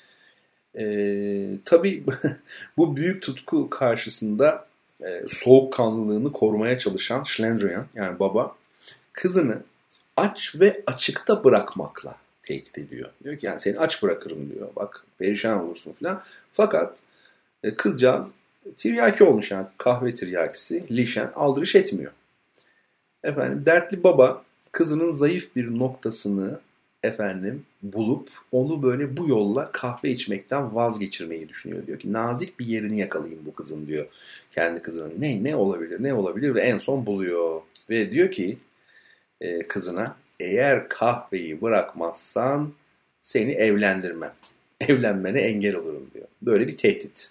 S2: Ee, tabii bu büyük tutku karşısında e, soğukkanlılığını korumaya çalışan Schlendrian yani baba kızını aç ve açıkta bırakmakla tehdit ediyor. Diyor ki yani seni aç bırakırım diyor. Bak perişan olursun falan. Fakat e, kızcağız tiryaki olmuş yani kahve tiryakisi. Lieschen aldırış etmiyor. Efendim dertli baba kızının zayıf bir noktasını efendim bulup onu böyle bu yolla kahve içmekten vazgeçirmeyi düşünüyor. Diyor ki nazik bir yerini yakalayayım bu kızın diyor. Kendi kızının ne ne olabilir ne olabilir ve en son buluyor. Ve diyor ki e, kızına eğer kahveyi bırakmazsan seni evlendirmem. Evlenmene engel olurum diyor. Böyle bir tehdit.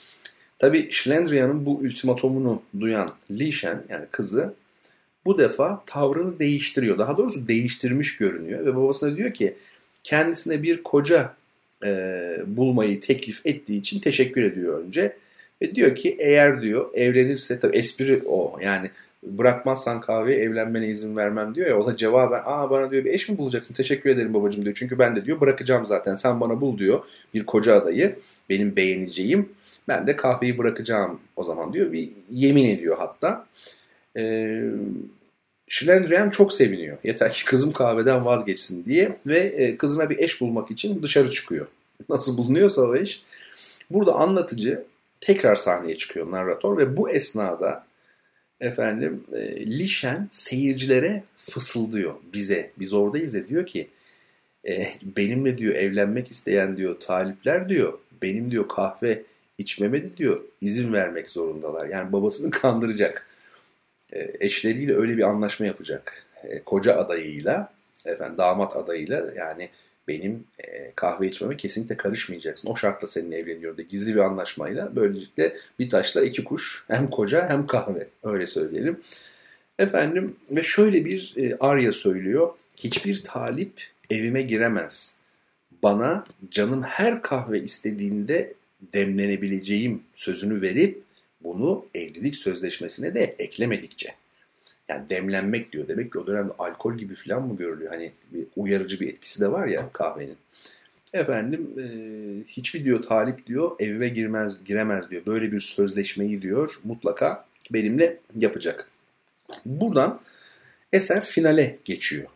S2: Tabii Schlendrian'ın bu ultimatomunu duyan Lieschen yani kızı bu defa tavrını değiştiriyor. Daha doğrusu değiştirmiş görünüyor ve babasına diyor ki kendisine bir koca e, bulmayı teklif ettiği için teşekkür ediyor önce. Ve diyor ki eğer diyor evlenirse tabii espri o yani bırakmazsan kahveye evlenmene izin vermem diyor ya o da cevaben aa bana diyor bir eş mi bulacaksın teşekkür ederim babacığım diyor. Çünkü ben de diyor bırakacağım zaten sen bana bul diyor bir koca adayı benim beğeneceğim ben de kahveyi bırakacağım o zaman diyor bir yemin ediyor hatta. Eee Schlendrian çok seviniyor. Yeter ki kızım kahveden vazgeçsin diye ve kızına bir eş bulmak için dışarı çıkıyor. Nasıl bulunuyorsa o eş. Burada anlatıcı tekrar sahneye çıkıyor narratör ve bu esnada efendim Lieschen seyircilere fısıldıyor bize. Biz oradayız ya diyor ki e, benimle diyor evlenmek isteyen diyor talipler diyor benim diyor kahve içmeme de diyor izin vermek zorundalar. Yani babasını kandıracak. Eşleriyle öyle bir anlaşma yapacak. E, koca adayıyla, efendim, damat adayıyla yani benim e, kahve içmeme kesinlikle karışmayacaksın. O şartla seninle evleniyorum diye gizli bir anlaşmayla böylelikle bir taşla iki kuş hem koca hem kahve öyle söyleyelim. Efendim ve şöyle bir e, arya söylüyor. Hiçbir talip evime giremez. Bana canım her kahve istediğinde demlenebileceğim sözünü verip bunu evlilik sözleşmesine de eklemedikçe. Yani demlenmek diyor. Demek ki o dönemde alkol gibi falan mı görülüyor? Hani bir uyarıcı bir etkisi de var ya kahvenin. Efendim e, hiçbir diyor talip diyor evime girmez giremez diyor. Böyle bir sözleşmeyi diyor mutlaka benimle yapacak. Buradan eser finale geçiyor.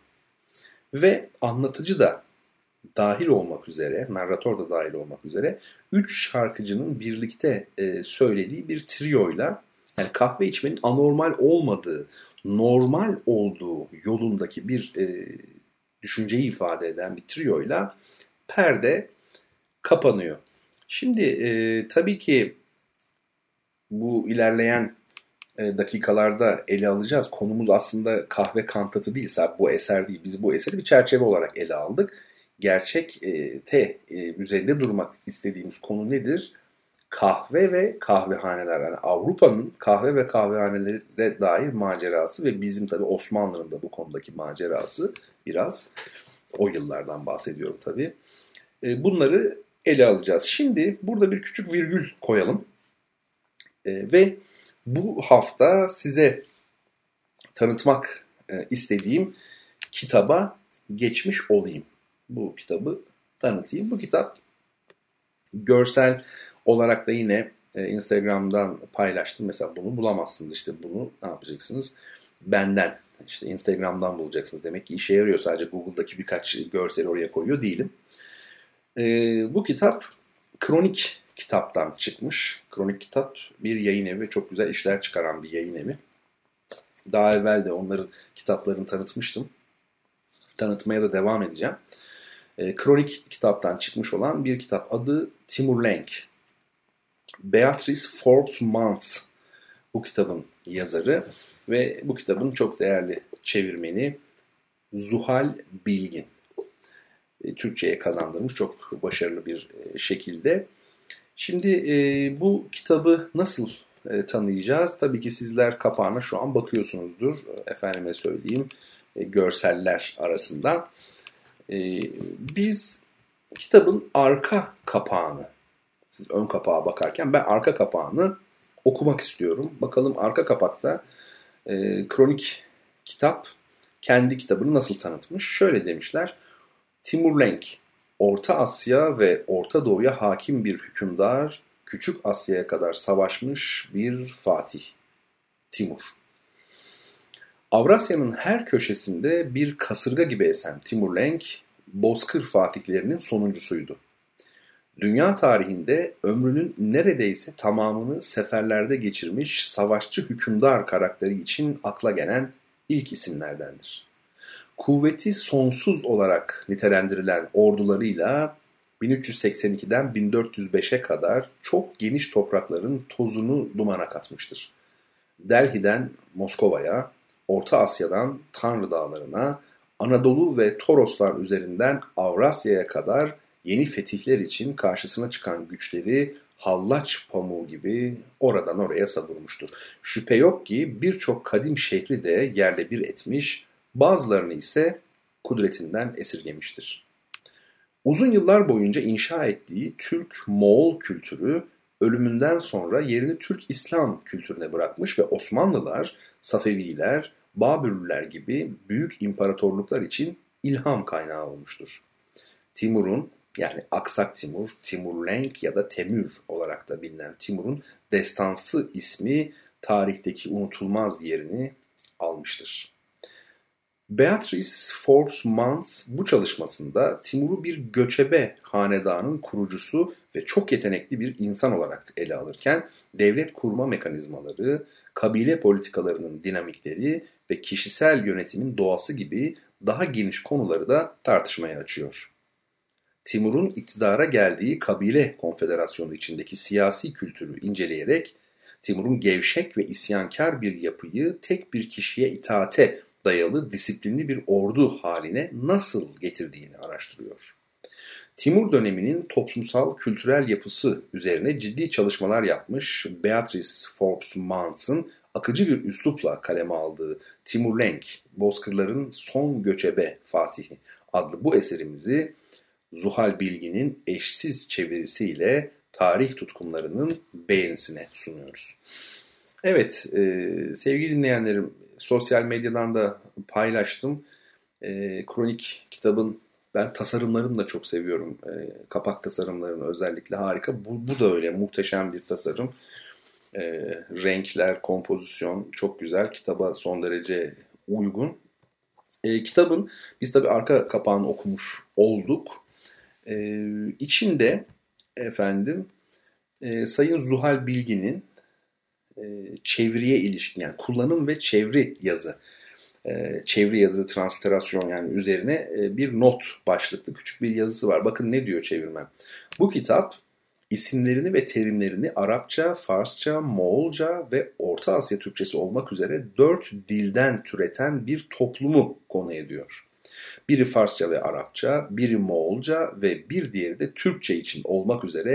S2: Ve anlatıcı da dahil olmak üzere, narratör da dahil olmak üzere üç şarkıcının birlikte e, söylediği bir trioyla yani kahve içmenin anormal olmadığı, normal olduğu yolundaki bir e, düşünceyi ifade eden bir trioyla perde kapanıyor. Şimdi e, tabii ki bu ilerleyen e, dakikalarda ele alacağız. Konumuz aslında kahve kantatı değilse bu eser değil. Biz bu eseri bir çerçeve olarak ele aldık. Gerçek e, te e, üzerinde durmak istediğimiz konu nedir? kahve ve kahvehaneler. Yani Avrupa'nın kahve ve kahvehanelere dair macerası ve bizim tabii Osmanlı'nın da bu konudaki macerası biraz o yıllardan bahsediyorum tabii. Bunları ele alacağız. Şimdi burada bir küçük virgül koyalım. Ve bu hafta size tanıtmak istediğim kitaba geçmiş olayım. Bu kitabı tanıtayım. Bu kitap görsel olarak da yine Instagram'dan paylaştım. Mesela bunu bulamazsınız. İşte bunu ne yapacaksınız? Benden, işte Instagram'dan bulacaksınız. Demek ki işe yarıyor. Sadece Google'daki birkaç görseli oraya koyuyor değilim. Ee, bu kitap Kronik Kitap'tan çıkmış. Kronik Kitap bir yayın evi ve çok güzel işler çıkaran bir yayın evi. Daha evvel de onların kitaplarını tanıtmıştım. Tanıtmaya da devam edeceğim. E, Kronik Kitap'tan çıkmış olan bir kitap. Adı Timur Lenk. Beatrice Forbes Mans bu kitabın yazarı ve bu kitabın çok değerli çevirmeni Zuhal Bilgin. E, Türkçe'ye kazandırmış çok başarılı bir e, şekilde. Şimdi e, bu kitabı nasıl e, tanıyacağız? Tabii ki sizler kapağına şu an bakıyorsunuzdur. Efendime söyleyeyim e, görseller arasında. E, biz kitabın arka kapağını, siz ön kapağa bakarken ben arka kapağını okumak istiyorum. Bakalım arka kapakta e, Kronik Kitap kendi kitabını nasıl tanıtmış? Şöyle demişler. Timur Lenk, Orta Asya ve Orta Doğu'ya hakim bir hükümdar, Küçük Asya'ya kadar savaşmış bir fatih. Timur. Avrasya'nın her köşesinde bir kasırga gibi esen Timur Lenk, Bozkır fatihlerinin sonuncusuydu. Dünya tarihinde ömrünün neredeyse tamamını seferlerde geçirmiş savaşçı hükümdar karakteri için akla gelen ilk isimlerdendir. Kuvveti sonsuz olarak nitelendirilen ordularıyla bin üç yüz seksen ikiden bin dört yüz beşe kadar çok geniş toprakların tozunu dumana katmıştır. Delhi'den Moskova'ya, Orta Asya'dan Tanrı Dağları'na, Anadolu ve Toroslar üzerinden Avrasya'ya kadar yeni fetihler için karşısına çıkan güçleri hallaç pamuğu gibi oradan oraya savurmuştur. Şüphe yok ki birçok kadim şehri de yerle bir etmiş, bazılarını ise kudretinden esirgemiştir. Uzun yıllar boyunca inşa ettiği Türk-Moğol kültürü ölümünden sonra yerini Türk-İslam kültürüne bırakmış ve Osmanlılar, Safeviler, Babürlüler gibi büyük imparatorluklar için ilham kaynağı olmuştur. Timur'un, yani Aksak Timur, Timur Lenk ya da Temür olarak da bilinen Timur'un destansı ismi tarihteki unutulmaz yerini almıştır. Beatrice Forbes Mans bu çalışmasında Timur'u bir göçebe hanedanın kurucusu ve çok yetenekli bir insan olarak ele alırken devlet kurma mekanizmaları, kabile politikalarının dinamikleri ve kişisel yönetimin doğası gibi daha geniş konuları da tartışmaya açıyor. Timur'un iktidara geldiği kabile konfederasyonu içindeki siyasi kültürü inceleyerek Timur'un gevşek ve isyankar bir yapıyı tek bir kişiye itaate dayalı disiplinli bir ordu haline nasıl getirdiğini araştırıyor. Timur döneminin toplumsal kültürel yapısı üzerine ciddi çalışmalar yapmış Beatrice Forbes Mans'ın akıcı bir üslupla kaleme aldığı Timur Lenk, Bozkırların Son Göçebe Fatihi adlı bu eserimizi Zuhal Bilgin'in eşsiz çevirisiyle tarih tutkunlarının beğenisine sunuyoruz. Evet, e, sevgili dinleyenlerim, sosyal medyadan da paylaştım. E, Kronik kitabın ben tasarımlarını da çok seviyorum. E, kapak tasarımlarını özellikle harika. Bu, bu da öyle muhteşem bir tasarım. E, renkler, kompozisyon çok güzel. Kitaba son derece uygun. E, kitabın biz tabii arka kapağını okumuş olduk. E, içinde efendim e, Sayın Zuhal Bilgin'in e, çeviriye ilişkin, yani kullanım ve çeviri yazı, e, çeviri yazı, transliterasyon yani üzerine e, bir not başlıklı küçük bir yazısı var. Bakın ne diyor çevirmen. Bu kitap isimlerini ve terimlerini Arapça, Farsça, Moğolca ve Orta Asya Türkçesi olmak üzere dört dilden türeten bir toplumu konu ediyor. Biri Farsça ve Arapça, biri Moğolca ve bir diğeri de Türkçe için olmak üzere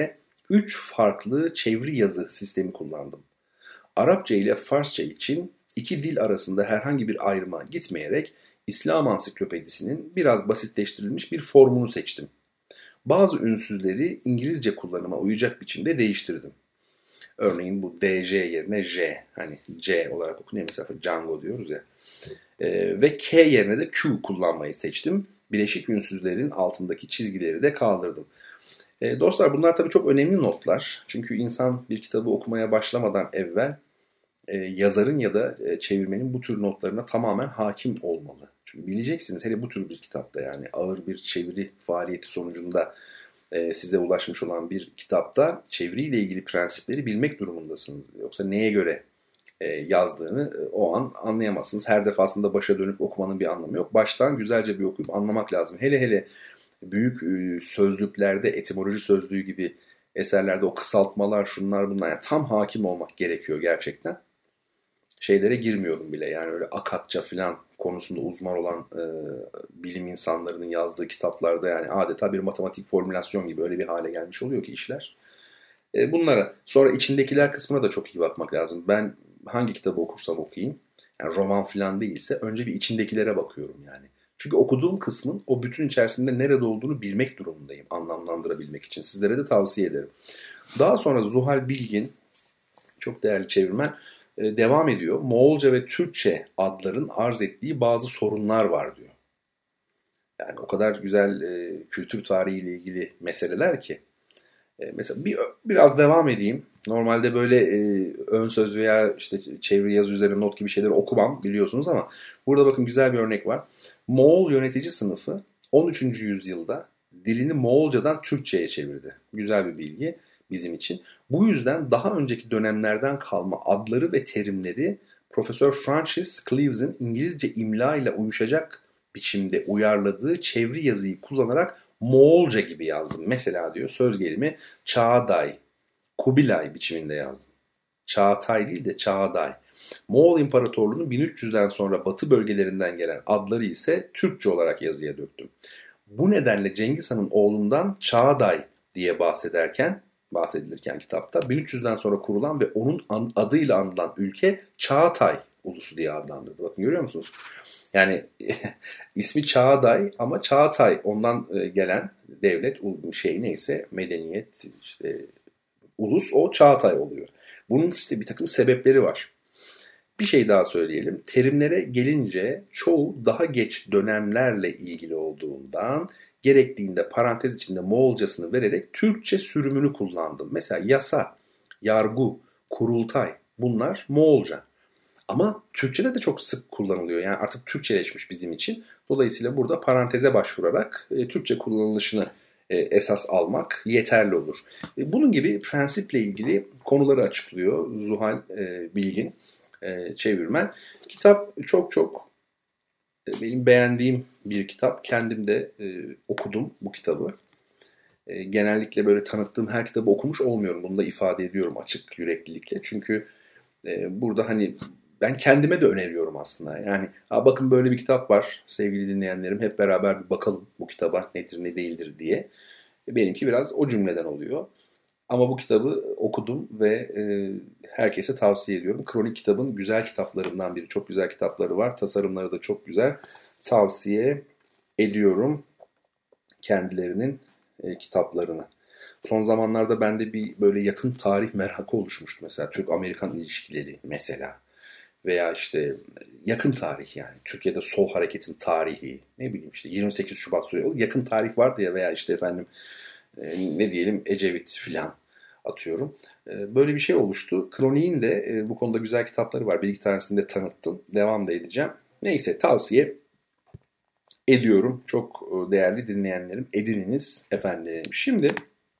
S2: Üç farklı çeviri yazı sistemi kullandım. Arapça ile Farsça için iki dil arasında herhangi bir ayrıma gitmeyerek İslam Ansiklopedisi'nin biraz basitleştirilmiş bir formunu seçtim. Bazı ünsüzleri İngilizce kullanıma uyacak biçimde değiştirdim. Örneğin bu D J yerine J, hani C olarak okunuyor mesela Django diyoruz ya. Ee, ve K yerine de Q kullanmayı seçtim. Bileşik ünsüzlerin altındaki çizgileri de kaldırdım. Ee, dostlar bunlar tabii çok önemli notlar. Çünkü insan bir kitabı okumaya başlamadan evvel e, yazarın ya da e, çevirmenin bu tür notlarına tamamen hakim olmalı. Çünkü bileceksiniz hele bu tür bir kitapta, yani ağır bir çeviri faaliyeti sonucunda e, size ulaşmış olan bir kitapta çeviriyle ilgili prensipleri bilmek durumundasınız. Yoksa neye göre e, yazdığını e, o an anlayamazsınız. Her defasında başa dönüp okumanın bir anlamı yok. Baştan güzelce bir okuyup anlamak lazım. Hele hele büyük e, sözlüklerde, etimoloji sözlüğü gibi eserlerde o kısaltmalar, şunlar bunlar, yani tam hakim olmak gerekiyor gerçekten. Şeylere girmiyorum bile, yani öyle Akatça falan konusunda uzman olan e, bilim insanlarının yazdığı kitaplarda yani adeta bir matematik formülasyon gibi öyle bir hale gelmiş oluyor ki işler. E, bunlara sonra içindekiler kısmına da çok iyi bakmak lazım. Ben hangi kitabı okursam okuyayım, yani roman falan değilse önce bir içindekilere bakıyorum yani. Çünkü okuduğum kısmın o bütün içerisinde nerede olduğunu bilmek durumundayım anlamlandırabilmek için. Sizlere de tavsiye ederim. Daha sonra Zuhal Bilgin, çok değerli çevirmen, devam ediyor. Moğolca ve Türkçe adların arz ettiği bazı sorunlar var diyor. Yani o kadar güzel e, kültür tarihiyle ilgili meseleler ki. E, mesela bir, biraz devam edeyim. Normalde böyle e, ön söz veya işte çeviri yazı üzerine not gibi şeyleri okumam biliyorsunuz ama burada bakın güzel bir örnek var. Moğol yönetici sınıfı on üçüncü yüzyılda dilini Moğolcadan Türkçe'ye çevirdi. Güzel bir bilgi bizim için. Bu yüzden daha önceki dönemlerden kalma adları ve terimleri Profesör Francis Cleves'in İngilizce imla ile uyuşacak biçimde uyarladığı çeviri yazıyı kullanarak Moğolca gibi yazdım. Mesela diyor söz gelimi Çağday, Kubilay biçiminde yazdım. Çağatay değil de Çağday. Moğol İmparatorluğu'nun bin üç yüzden sonra batı bölgelerinden gelen adları ise Türkçe olarak yazıya döktüm. Bu nedenle Cengiz Han'ın oğlundan Çağday diye bahsederken, bahsedilirken kitapta bin üç yüzden sonra kurulan ve onun adıyla anılan ülke Çağatay ulusu diye adlandırdı. Bakın görüyor musunuz? Yani ismi Çağday ama Çağatay, ondan gelen devlet şey neyse medeniyet işte ulus o Çağatay oluyor. Bunun işte bir takım sebepleri var. Bir şey daha söyleyelim. Terimlere gelince çoğu daha geç dönemlerle ilgili olduğundan gerektiğinde parantez içinde Moğolcasını vererek Türkçe sürümünü kullandım. Mesela yasa, yargı, kurultay bunlar Moğolca. Ama Türkçe'de de çok sık kullanılıyor. Yani artık Türkçeleşmiş bizim için. Dolayısıyla burada paranteze başvurarak e, Türkçe kullanılışını e, esas almak yeterli olur. E, bunun gibi prensiple ilgili konuları açıklıyor Zuhal e, Bilgin e, çevirmen. Kitap çok çok e, benim beğendiğim bir kitap. Kendim de e, okudum bu kitabı. E, genellikle böyle tanıttığım her kitabı okumuş olmuyorum. Bunu da ifade ediyorum açık yüreklilikle. Çünkü e, burada hani ben kendime de öneriyorum aslında. Yani bakın böyle bir kitap var sevgili dinleyenlerim. Hep beraber bir bakalım bu kitaba nedir ne değildir diye. Benimki biraz o cümleden oluyor. Ama bu kitabı okudum ve e, herkese tavsiye ediyorum. Kronik kitabın güzel kitaplarından biri. Çok güzel kitapları var. Tasarımları da çok güzel. Tavsiye ediyorum kendilerinin e, kitaplarını. Son zamanlarda bende bir böyle yakın tarih merakı oluşmuştu. Mesela Türk-Amerikan ilişkileri mesela. Veya işte yakın tarih yani. Türkiye'de sol hareketin tarihi. Ne bileyim işte yirmi sekiz Şubat süreci. Yakın tarih vardı ya veya işte efendim e, ne diyelim Ecevit filan atıyorum. E, böyle bir şey oluştu. Kronik'in de e, bu konuda güzel kitapları var. Bir iki tanesini de tanıttım. Devam da edeceğim. Neyse tavsiye ediyorum. Çok değerli dinleyenlerim. Edininiz efendim. Şimdi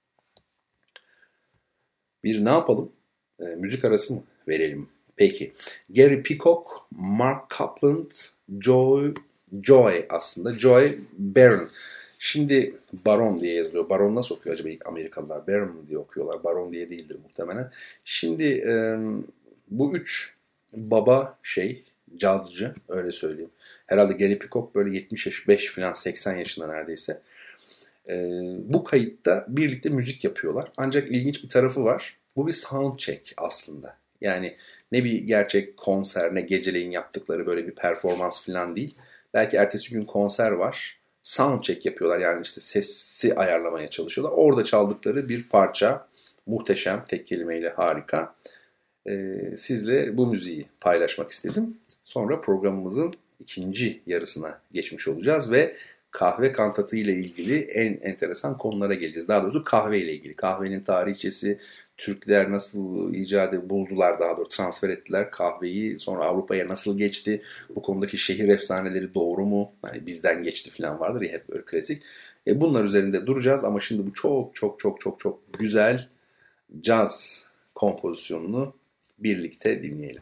S2: bir ne yapalım? E, müzik arası mı verelim? Peki. Gary Peacock, Mark Kaplan, Joy, Joy aslında. Joy Baron. Şimdi Baron diye yazılıyor. Baron nasıl okuyor acaba Amerikalılar? Baron diye okuyorlar. Baron diye değildir muhtemelen. Şimdi e, bu üç baba şey, cazcı öyle söyleyeyim. Herhalde Gary Peacock böyle yetmiş beş falan seksen yaşında neredeyse. Ee, bu kayıtta birlikte müzik yapıyorlar. Ancak ilginç bir tarafı var. Bu bir sound check aslında. Yani ne bir gerçek konser, ne geceleyin yaptıkları böyle bir performans falan değil. Belki ertesi gün konser var. Sound check yapıyorlar. Yani işte sesi ayarlamaya çalışıyorlar. Orada çaldıkları bir parça. Muhteşem, tek kelimeyle harika. Ee, sizle bu müziği paylaşmak istedim. Sonra programımızın ikinci yarısına geçmiş olacağız ve kahve kantatı ile ilgili en enteresan konulara geleceğiz. Daha doğrusu kahve ile ilgili. Kahvenin tarihçesi, Türkler nasıl icadı buldular, daha doğrusu transfer ettiler kahveyi, sonra Avrupa'ya nasıl geçti, bu konudaki şehir efsaneleri doğru mu? Hani bizden geçti falan vardır ya, hep böyle klasik. E bunlar üzerinde duracağız ama şimdi bu çok çok çok çok çok güzel caz kompozisyonunu birlikte dinleyelim.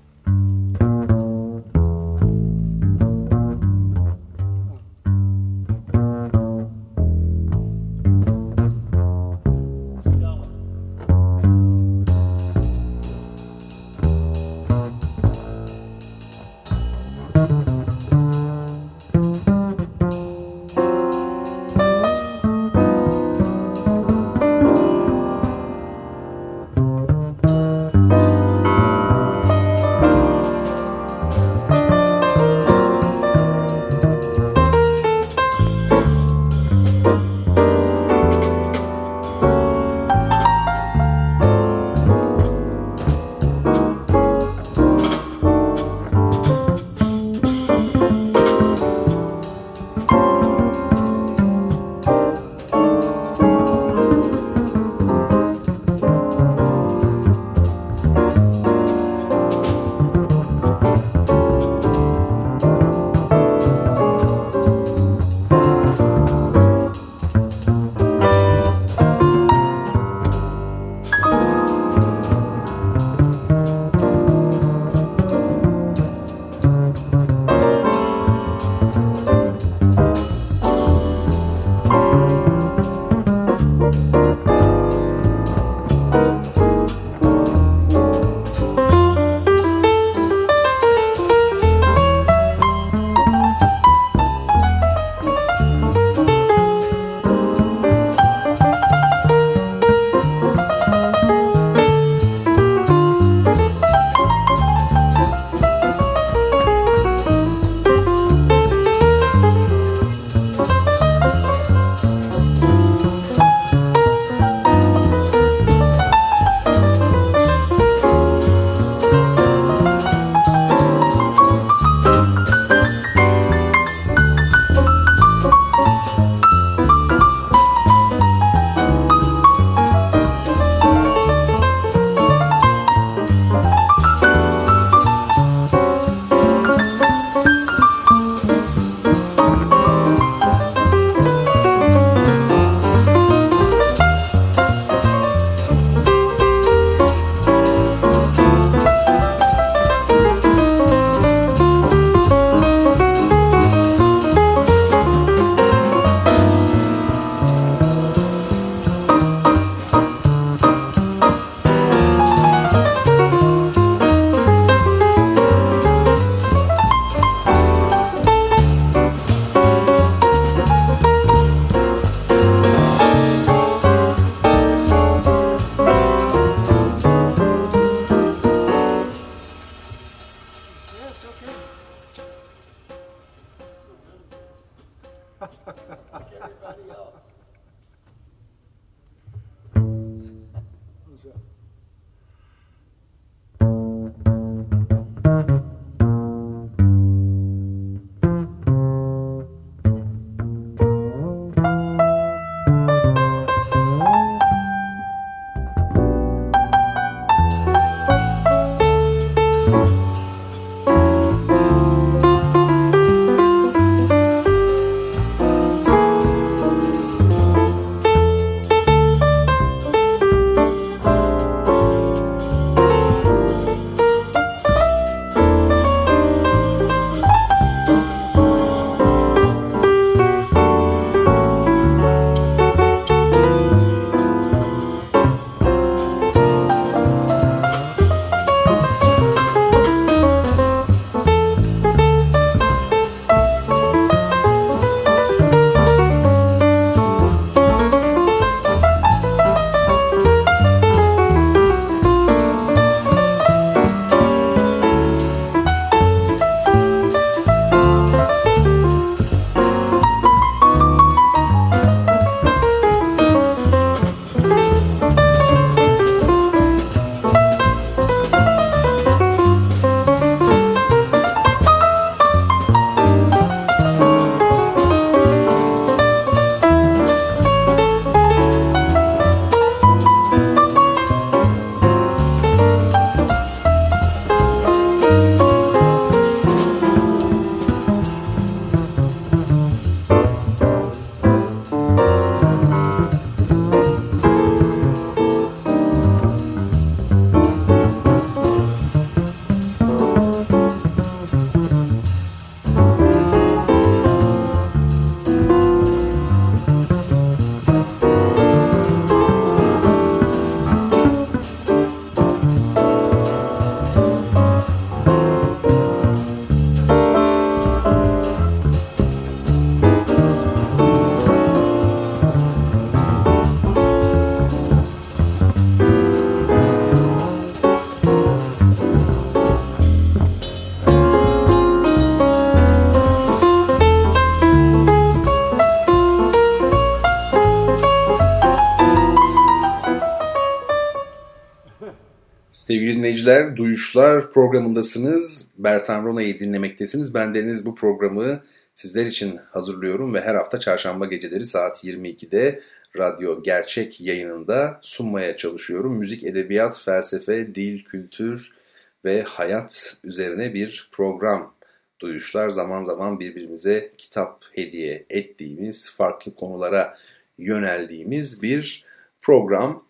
S2: Sevgili dinleyiciler, Duyuşlar programındasınız. Bertan Rona'yı dinlemektesiniz. Ben Deniz bu programı sizler için hazırlıyorum ve her hafta çarşamba geceleri saat yirmi ikide Radyo Gerçek yayınında sunmaya çalışıyorum. Müzik, edebiyat, felsefe, dil, kültür ve hayat üzerine bir program. Duyuşlar zaman zaman birbirimize kitap hediye ettiğimiz, farklı konulara yöneldiğimiz bir program.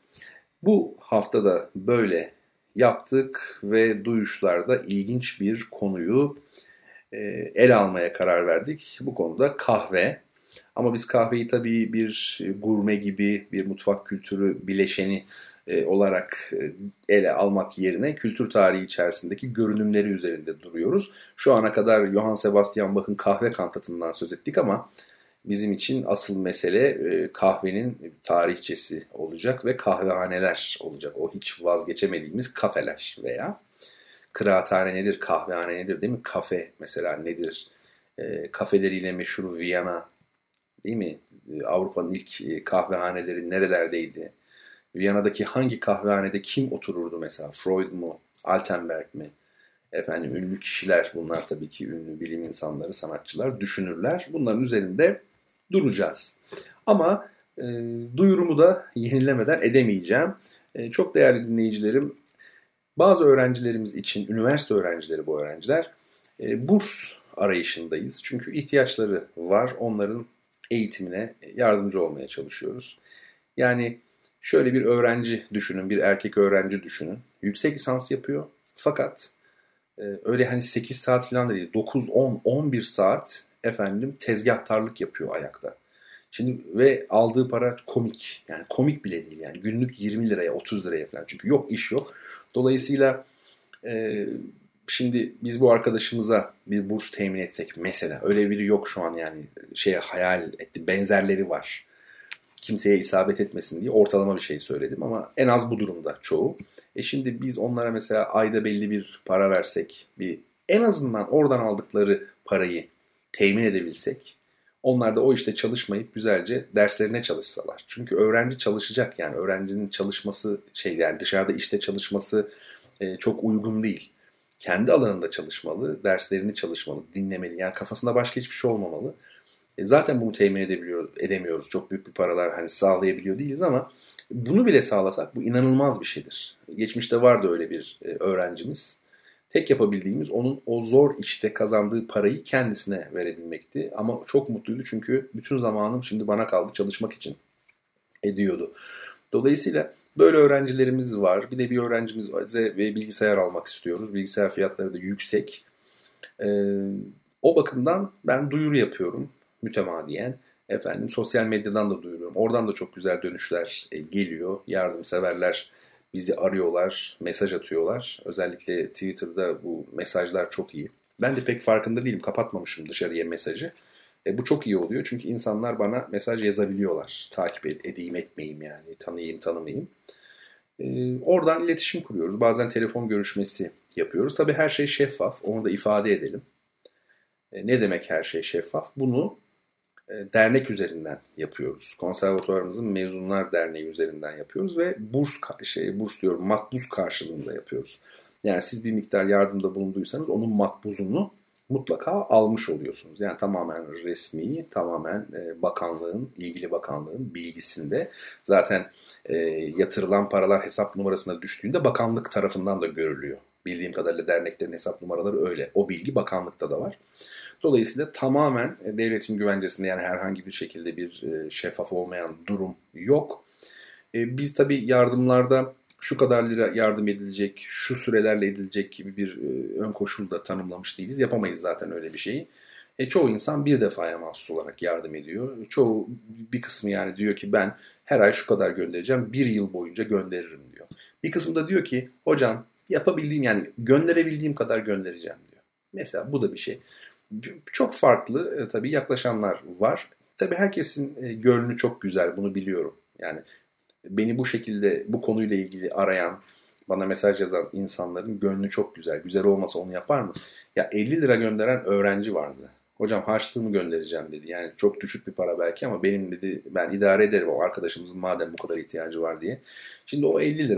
S2: Bu hafta da böyle yaptık ve Duyuşlar'da ilginç bir konuyu e, ele almaya karar verdik. Bu konuda kahve. Ama biz kahveyi tabii bir gurme gibi, bir mutfak kültürü bileşeni e, olarak e, ele almak yerine kültür tarihi içerisindeki görünümleri üzerinde duruyoruz. Şu ana kadar Johann Sebastian Bach'ın kahve kantatından söz ettik ama bizim için asıl mesele e, kahvenin tarihçesi olacak ve kahvehaneler olacak. O hiç vazgeçemediğimiz kafeler veya kıraathane nedir, kahvehane nedir değil mi? Kafe mesela nedir? E, kafeleriyle meşhur Viyana değil mi? E, Avrupa'nın ilk e, kahvehaneleri nerelerdeydi? Viyana'daki hangi kahvehanede kim otururdu mesela? Freud mu? Altenberg mi? Efendim ünlü kişiler bunlar tabii ki ünlü bilim insanları, sanatçılar, düşünürler. Bunların üzerinde duracağız. Ama e, duyurumu da yenilemeden edemeyeceğim. E, çok değerli dinleyicilerim, bazı öğrencilerimiz için, üniversite öğrencileri bu öğrenciler, e, burs arayışındayız. Çünkü ihtiyaçları var. Onların eğitimine yardımcı olmaya çalışıyoruz. Yani şöyle bir öğrenci düşünün, bir erkek öğrenci düşünün. Yüksek lisans yapıyor fakat e, öyle hani sekiz saat falan değil, dokuz, on, on bir saat efendim tezgahtarlık yapıyor ayakta. Şimdi ve aldığı para komik. Yani komik bile değil yani. Günlük yirmi liraya, otuz liraya falan. Çünkü yok iş yok. Dolayısıyla e, şimdi biz bu arkadaşımıza bir burs temin etsek mesela. Öyle biri yok şu an yani. Şeye hayal etti. Benzerleri var. Kimseye isabet etmesin diye ortalama bir şey söyledim ama en az bu durumda çoğu. E şimdi biz onlara mesela ayda belli bir para versek, bir en azından oradan aldıkları parayı temin edebilsek, onlar da o işte çalışmayıp güzelce derslerine çalışsalar. Çünkü öğrenci çalışacak yani öğrencinin çalışması şey yani dışarıda işte çalışması e, çok uygun değil. Kendi alanında çalışmalı, derslerini çalışmalı, dinlemeli. Yani kafasında başka hiçbir şey olmamalı. E, zaten bunu temin edebiliyor, edemiyoruz. Çok büyük bir paralar hani sağlayabiliyor değiliz ama bunu bile sağlasak bu inanılmaz bir şeydir. Geçmişte vardı öyle bir e, öğrencimiz. Tek yapabildiğimiz onun o zor işte kazandığı parayı kendisine verebilmekti. Ama çok mutluydu çünkü bütün zamanım şimdi bana kaldı çalışmak için ediyordu. Dolayısıyla böyle öğrencilerimiz var. Bir de bir öğrencimiz var ve bilgisayar almak istiyoruz. Bilgisayar fiyatları da yüksek. Ee, o bakımdan ben duyuru yapıyorum mütemadiyen. Efendim sosyal medyadan da duyuruyorum. Oradan da çok güzel dönüşler e, geliyor. Yardımseverler bizi arıyorlar, mesaj atıyorlar. Özellikle Twitter'da bu mesajlar çok iyi. Ben de pek farkında değilim. Kapatmamışım dışarıya mesajı. E, bu çok iyi oluyor çünkü insanlar bana mesaj yazabiliyorlar. Takip edeyim etmeyeyim yani. Tanıyayım tanımayayım. E, oradan iletişim kuruyoruz. Bazen telefon görüşmesi yapıyoruz. Tabii her şey şeffaf. Onu da ifade edelim. E, ne demek her şey şeffaf? Bunu e, dernek üzerinden yapıyoruz. Konservatuvarımızın Mezunlar Derneği üzerinden yapıyoruz ve burs şey burs diyorum makbuz karşılığında yapıyoruz. Yani siz bir miktar yardımda bulunduysanız onun makbuzunu mutlaka almış oluyorsunuz. Yani tamamen resmi, tamamen e, bakanlığın, ilgili bakanlığın bilgisinde. Zaten e, yatırılan paralar hesap numarasına düştüğünde bakanlık tarafından da görülüyor. Bildiğim kadarıyla derneklerin hesap numaraları öyle. O bilgi bakanlıkta da var. Dolayısıyla tamamen devletin güvencesinde yani herhangi bir şekilde bir şeffaf olmayan durum yok. Biz tabii yardımlarda şu kadar lira yardım edilecek, şu sürelerle edilecek gibi bir ön koşul da tanımlamış değiliz. Yapamayız zaten öyle bir şeyi. E, çoğu insan bir defaya mahsus olarak yardım ediyor. Çoğu bir kısmı yani diyor ki ben her ay şu kadar göndereceğim, bir yıl boyunca gönderirim diyor. Bir kısmı da diyor ki hocam yapabildiğim yani gönderebildiğim kadar göndereceğim diyor. Mesela bu da bir şey. Çok farklı e, tabii yaklaşanlar var. Tabii herkesin e, gönlü çok güzel, bunu biliyorum. Yani beni bu şekilde bu konuyla ilgili arayan, bana mesaj yazan insanların gönlü çok güzel. Güzel olmasa onu yapar mı? Ya elli lira gönderen öğrenci vardı. Hocam harçlığımı göndereceğim dedi. Yani çok düşük bir para belki ama benim dedi ben idare ederim o arkadaşımızın madem bu kadar ihtiyacı var diye. Şimdi o elli lira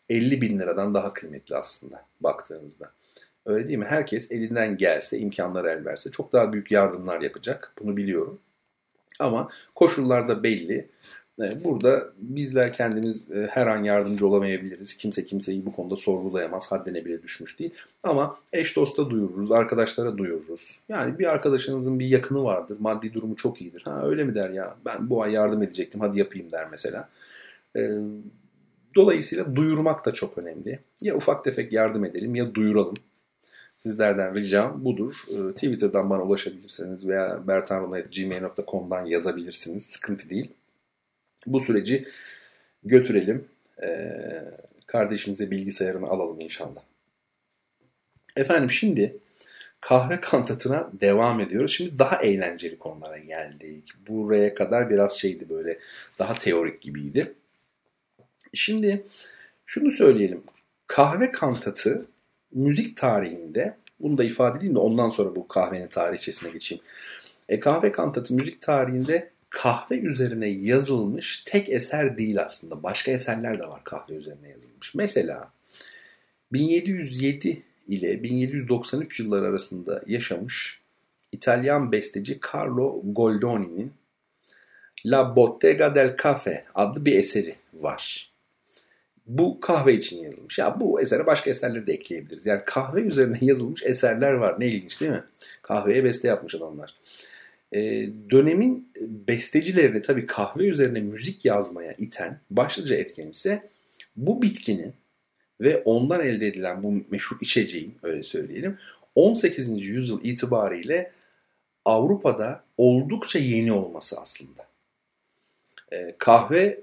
S2: elli bin liradan daha kıymetli aslında baktığınızda. Öyle değil mi? Herkes elinden gelse, imkanları el verse çok daha büyük yardımlar yapacak. Bunu biliyorum. Ama koşullar da belli. Burada bizler kendimiz her an yardımcı olamayabiliriz. Kimse kimseyi bu konuda sorgulayamaz. Haddine bile düşmüş değil. Ama eş dosta duyururuz, arkadaşlara duyururuz. Yani bir arkadaşınızın bir yakını vardır. Maddi durumu çok iyidir. Ha öyle mi der ya? Ben bu ay yardım edecektim. Hadi yapayım der mesela. Dolayısıyla duyurmak da çok önemli. Ya ufak tefek yardım edelim ya duyuralım. Sizlerden ricam budur. Twitter'dan bana ulaşabilirsiniz veya bertanrona at gmail nokta com'dan yazabilirsiniz. Sıkıntı değil. Bu süreci götürelim. Ee, kardeşimize bilgisayarını alalım inşallah. Efendim şimdi kahve kantatına devam ediyoruz. Şimdi daha eğlenceli konulara geldik. Buraya kadar biraz şeydi böyle daha teorik gibiydi. Şimdi şunu söyleyelim. Kahve kantatı müzik tarihinde, bunu da ifade edeyim de ondan sonra bu kahvenin tarihçesine geçeyim. E, kahve kantatı müzik tarihinde kahve üzerine yazılmış tek eser değil aslında. Başka eserler de var kahve üzerine yazılmış. Mesela bin yedi yüz yedi ile bin yedi yüz doksan üç yılları arasında yaşamış İtalyan besteci Carlo Goldoni'nin La Bottega del Caffè adlı bir eseri var. Bu kahve için yazılmış. Ya bu esere başka eserleri de ekleyebiliriz. Yani kahve üzerine yazılmış eserler var. Ne ilginç değil mi? Kahveye beste yapmış adamlar. Ee, dönemin bestecilerini tabii kahve üzerine müzik yazmaya iten başlıca etken ise bu bitkinin ve ondan elde edilen bu meşhur içeceğin, öyle söyleyelim, on sekizinci yüzyıl itibariyle Avrupa'da oldukça yeni olması aslında. Ee, kahve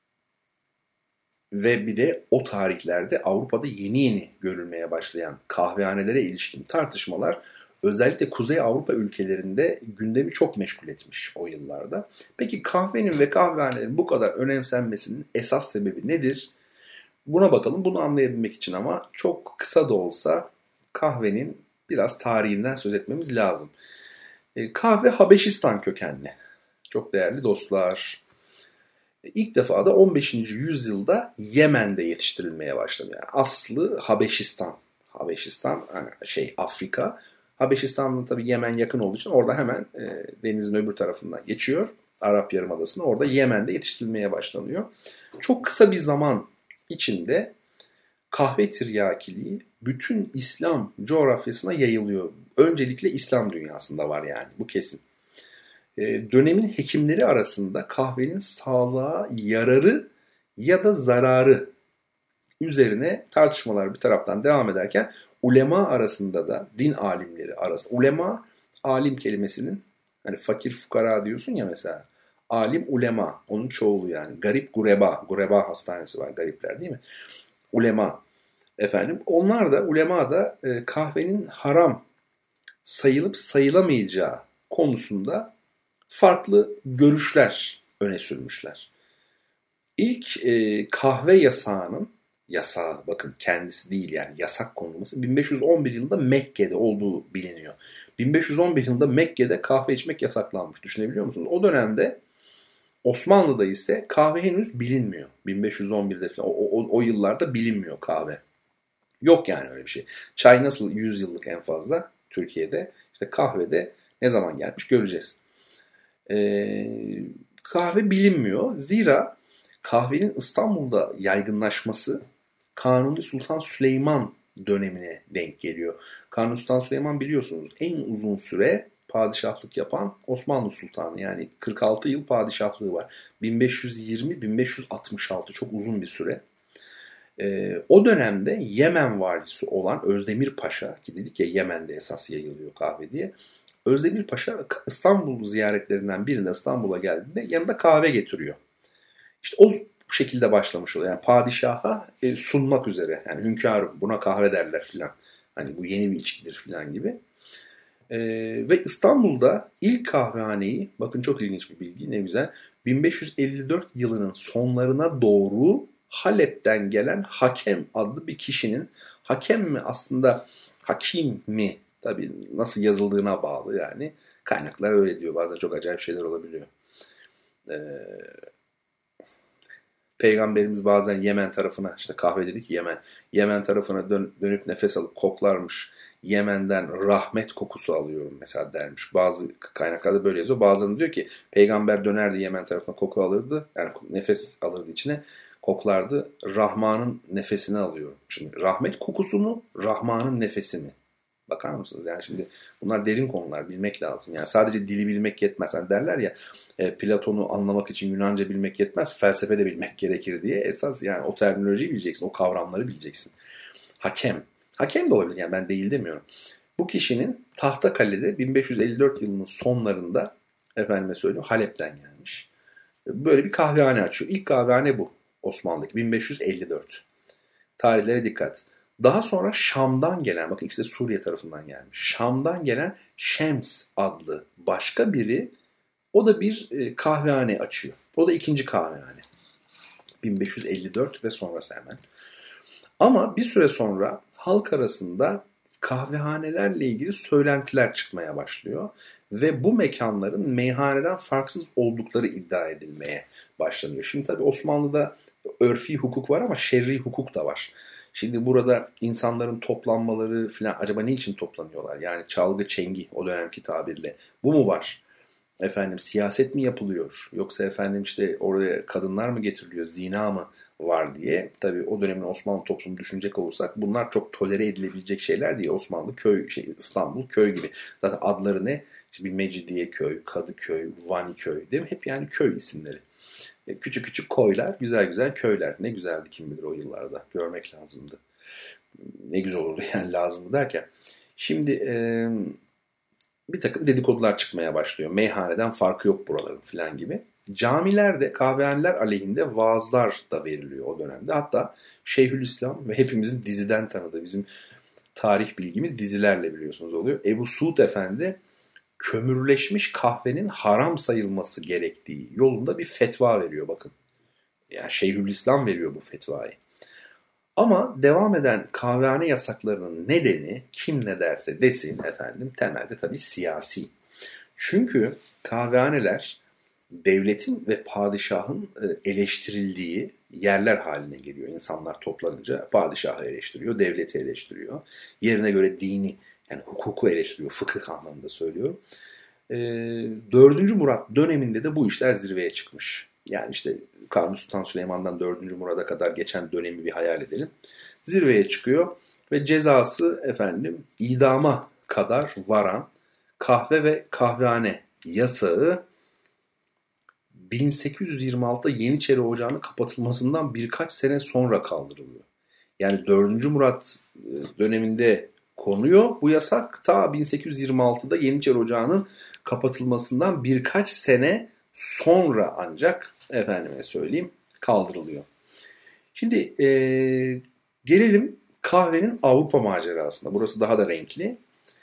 S2: ve bir de o tarihlerde Avrupa'da yeni yeni görülmeye başlayan kahvehanelere ilişkin tartışmalar özellikle Kuzey Avrupa ülkelerinde gündemi çok meşgul etmiş o yıllarda. Peki kahvenin ve kahvehanelerin bu kadar önemsenmesinin esas sebebi nedir? Buna bakalım. Bunu anlayabilmek için ama çok kısa da olsa kahvenin biraz tarihinden söz etmemiz lazım. E, kahve Habeşistan kökenli. Çok değerli dostlar. İlk defa da on beşinci yüzyılda Yemen'de yetiştirilmeye başladı. Yani aslı Habeşistan. Habeşistan yani şey Afrika. Habeşistan'ın tabii Yemen yakın olduğu için orada hemen e, denizin öbür tarafından geçiyor. Arap Yarımadası'na. Orada Yemen'de yetiştirilmeye başlanıyor. Çok kısa bir zaman içinde kahve tiryakiliği bütün İslam coğrafyasına yayılıyor. Öncelikle İslam dünyasında var yani bu kesin. E, dönemin hekimleri arasında kahvenin sağlığa yararı ya da zararı üzerine tartışmalar bir taraftan devam ederken ulema arasında da din alimleri arasında. Ulema alim kelimesinin hani fakir fukara diyorsun ya mesela. Alim ulema onun çoğulu yani. Garip gureba. Gureba hastanesi var garipler değil mi? Ulema efendim. Onlar da ulema da e, kahvenin haram sayılıp sayılamayacağı konusunda farklı görüşler öne sürmüşler. İlk e, kahve yasağının yasağı bakın kendisi değil yani yasak konulması bin beş yüz on bir yılında Mekke'de olduğu biliniyor. bin beş yüz on bir yılında Mekke'de kahve içmek yasaklanmış. Düşünebiliyor musunuz? O dönemde Osmanlı'da ise kahve henüz bilinmiyor. bin beş yüz on birde falan o, o, o yıllarda bilinmiyor kahve. Yok yani öyle bir şey. Çay nasıl yüz yıllık en fazla Türkiye'de. İşte kahvede ne zaman gelmiş göreceğiz. Ee, kahve bilinmiyor. Zira kahvenin İstanbul'da yaygınlaşması Kanuni Sultan Süleyman dönemine denk geliyor. Kanuni Sultan Süleyman biliyorsunuz en uzun süre padişahlık yapan Osmanlı Sultanı. Yani kırk altı yıl padişahlığı var. bin beş yüz yirmi bin beş yüz altmış altı çok uzun bir süre. Ee, o dönemde Yemen valisi olan Özdemir Paşa ki dedik ya Yemen'de esas yayılıyor kahve diye. Özdemir Paşa İstanbul ziyaretlerinden birinde İstanbul'a geldiğinde yanında kahve getiriyor. İşte o şekilde başlamış oluyor. Yani padişaha e, sunmak üzere. Yani hünkârım buna kahve derler filan. Hani bu yeni bir içkidir filan gibi. E, ve İstanbul'da ilk kahvehaneyi, bakın çok ilginç bir bilgi ne güzel. bin beş yüz elli dört yılının sonlarına doğru Halep'ten gelen Hakem adlı bir kişinin, Hakem mi aslında Hakim mi? Tabii nasıl yazıldığına bağlı yani. Kaynaklar öyle diyor. Bazen çok acayip şeyler olabiliyor. Ee, Peygamberimiz bazen Yemen tarafına, işte kahve dedik Yemen, Yemen tarafına dön, dönüp nefes alıp koklarmış. Yemen'den rahmet kokusu alıyorum mesela dermiş. Bazı kaynaklarda böyle yazıyor. Bazıları diyor ki peygamber dönerdi Yemen tarafına koku alırdı. Yani nefes alırdı içine. Koklardı. Rahman'ın nefesini alıyorum. Şimdi rahmet kokusu mu? Rahman'ın nefesi mi? Bakar mısınız? Yani şimdi bunlar derin konular. Bilmek lazım. Yani sadece dili bilmek yetmez. Hani derler ya e, Platon'u anlamak için Yunanca bilmek yetmez. Felsefe de bilmek gerekir diye. Esas yani o terminolojiyi bileceksin. O kavramları bileceksin. Hakem. Hakem de olabilir. Yani ben değil demiyorum. Bu kişinin Tahtakale'de bin beş yüz elli dört yılının sonlarında efendime söyleyeyim Halep'ten gelmiş. Böyle bir kahvehane açıyor. İlk kahvehane bu. Osmanlı'daki bin beş yüz elli dört. Tarihlere dikkat. Daha sonra Şam'dan gelen, bakın ikisi de Suriye tarafından gelmiş. Şam'dan gelen Şems adlı başka biri, o da bir kahvehane açıyor. O da ikinci kahvehane. bin beş yüz elli dört ve sonrası hemen. Ama bir süre sonra halk arasında kahvehanelerle ilgili söylentiler çıkmaya başlıyor. Ve bu mekanların meyhaneden farksız oldukları iddia edilmeye başlanıyor. Şimdi tabii Osmanlı'da örfi hukuk var ama şer'i hukuk da var. Şimdi burada insanların toplanmaları falan, acaba ne için toplanıyorlar? Yani çalgı çengi, o dönemki tabirle. Bu mu var? Efendim siyaset mi yapılıyor? Yoksa efendim işte oraya kadınlar mı getiriliyor? Zina mı var diye. Tabii o dönemin Osmanlı toplumu düşünecek olursak bunlar çok tolere edilebilecek şeyler değil. Osmanlı köy, şey İstanbul köy gibi. Zaten adları ne? İşte bir Mecidiyeköy, Kadıköy, Vaniköy değil mi? Hep yani köy isimleri. Küçük küçük koylar, güzel güzel köyler. Ne güzeldi kim bilir o yıllarda. Görmek lazımdı. Ne güzel olurdu yani lazımdı derken. Şimdi e, bir takım dedikodular çıkmaya başlıyor. Meyhaneden farkı yok buraların falan gibi. Camilerde, kahvehaneler aleyhinde vaazlar da veriliyor o dönemde. Hatta Şeyhülislam ve hepimizin diziden tanıdığı, bizim tarih bilgimiz dizilerle biliyorsunuz oluyor. Ebu Suud Efendi kömürleşmiş kahvenin haram sayılması gerektiği yolunda bir fetva veriyor bakın. Yani Şeyhülislam veriyor bu fetvayı. Ama devam eden kahvehane yasaklarının nedeni kim ne derse desin efendim temelde tabii siyasi. Çünkü kahvehaneler devletin ve padişahın eleştirildiği yerler haline geliyor. İnsanlar toplanınca padişahı eleştiriyor, devleti eleştiriyor. Yerine göre dini, yani hukuku eleştiriyor, fıkıh anlamında söylüyorum. dördüncü Murat döneminde de bu işler zirveye çıkmış. Yani işte Kanuni Sultan Süleyman'dan dördüncü Murat'a kadar geçen dönemi bir hayal edelim. Zirveye çıkıyor ve cezası efendim idama kadar varan kahve ve kahvehane yasağı bin sekiz yüz yirmi altıda Yeniçeri Ocağı'nın kapatılmasından birkaç sene sonra kaldırılıyor. Yani dördüncü Murat döneminde konuyor bu yasak, ta bin sekiz yüz yirmi altıda Yeniçeri Ocağı'nın kapatılmasından birkaç sene sonra ancak efendime söyleyeyim kaldırılıyor. Şimdi e, gelelim kahvenin Avrupa macerasına. Burası daha da renkli.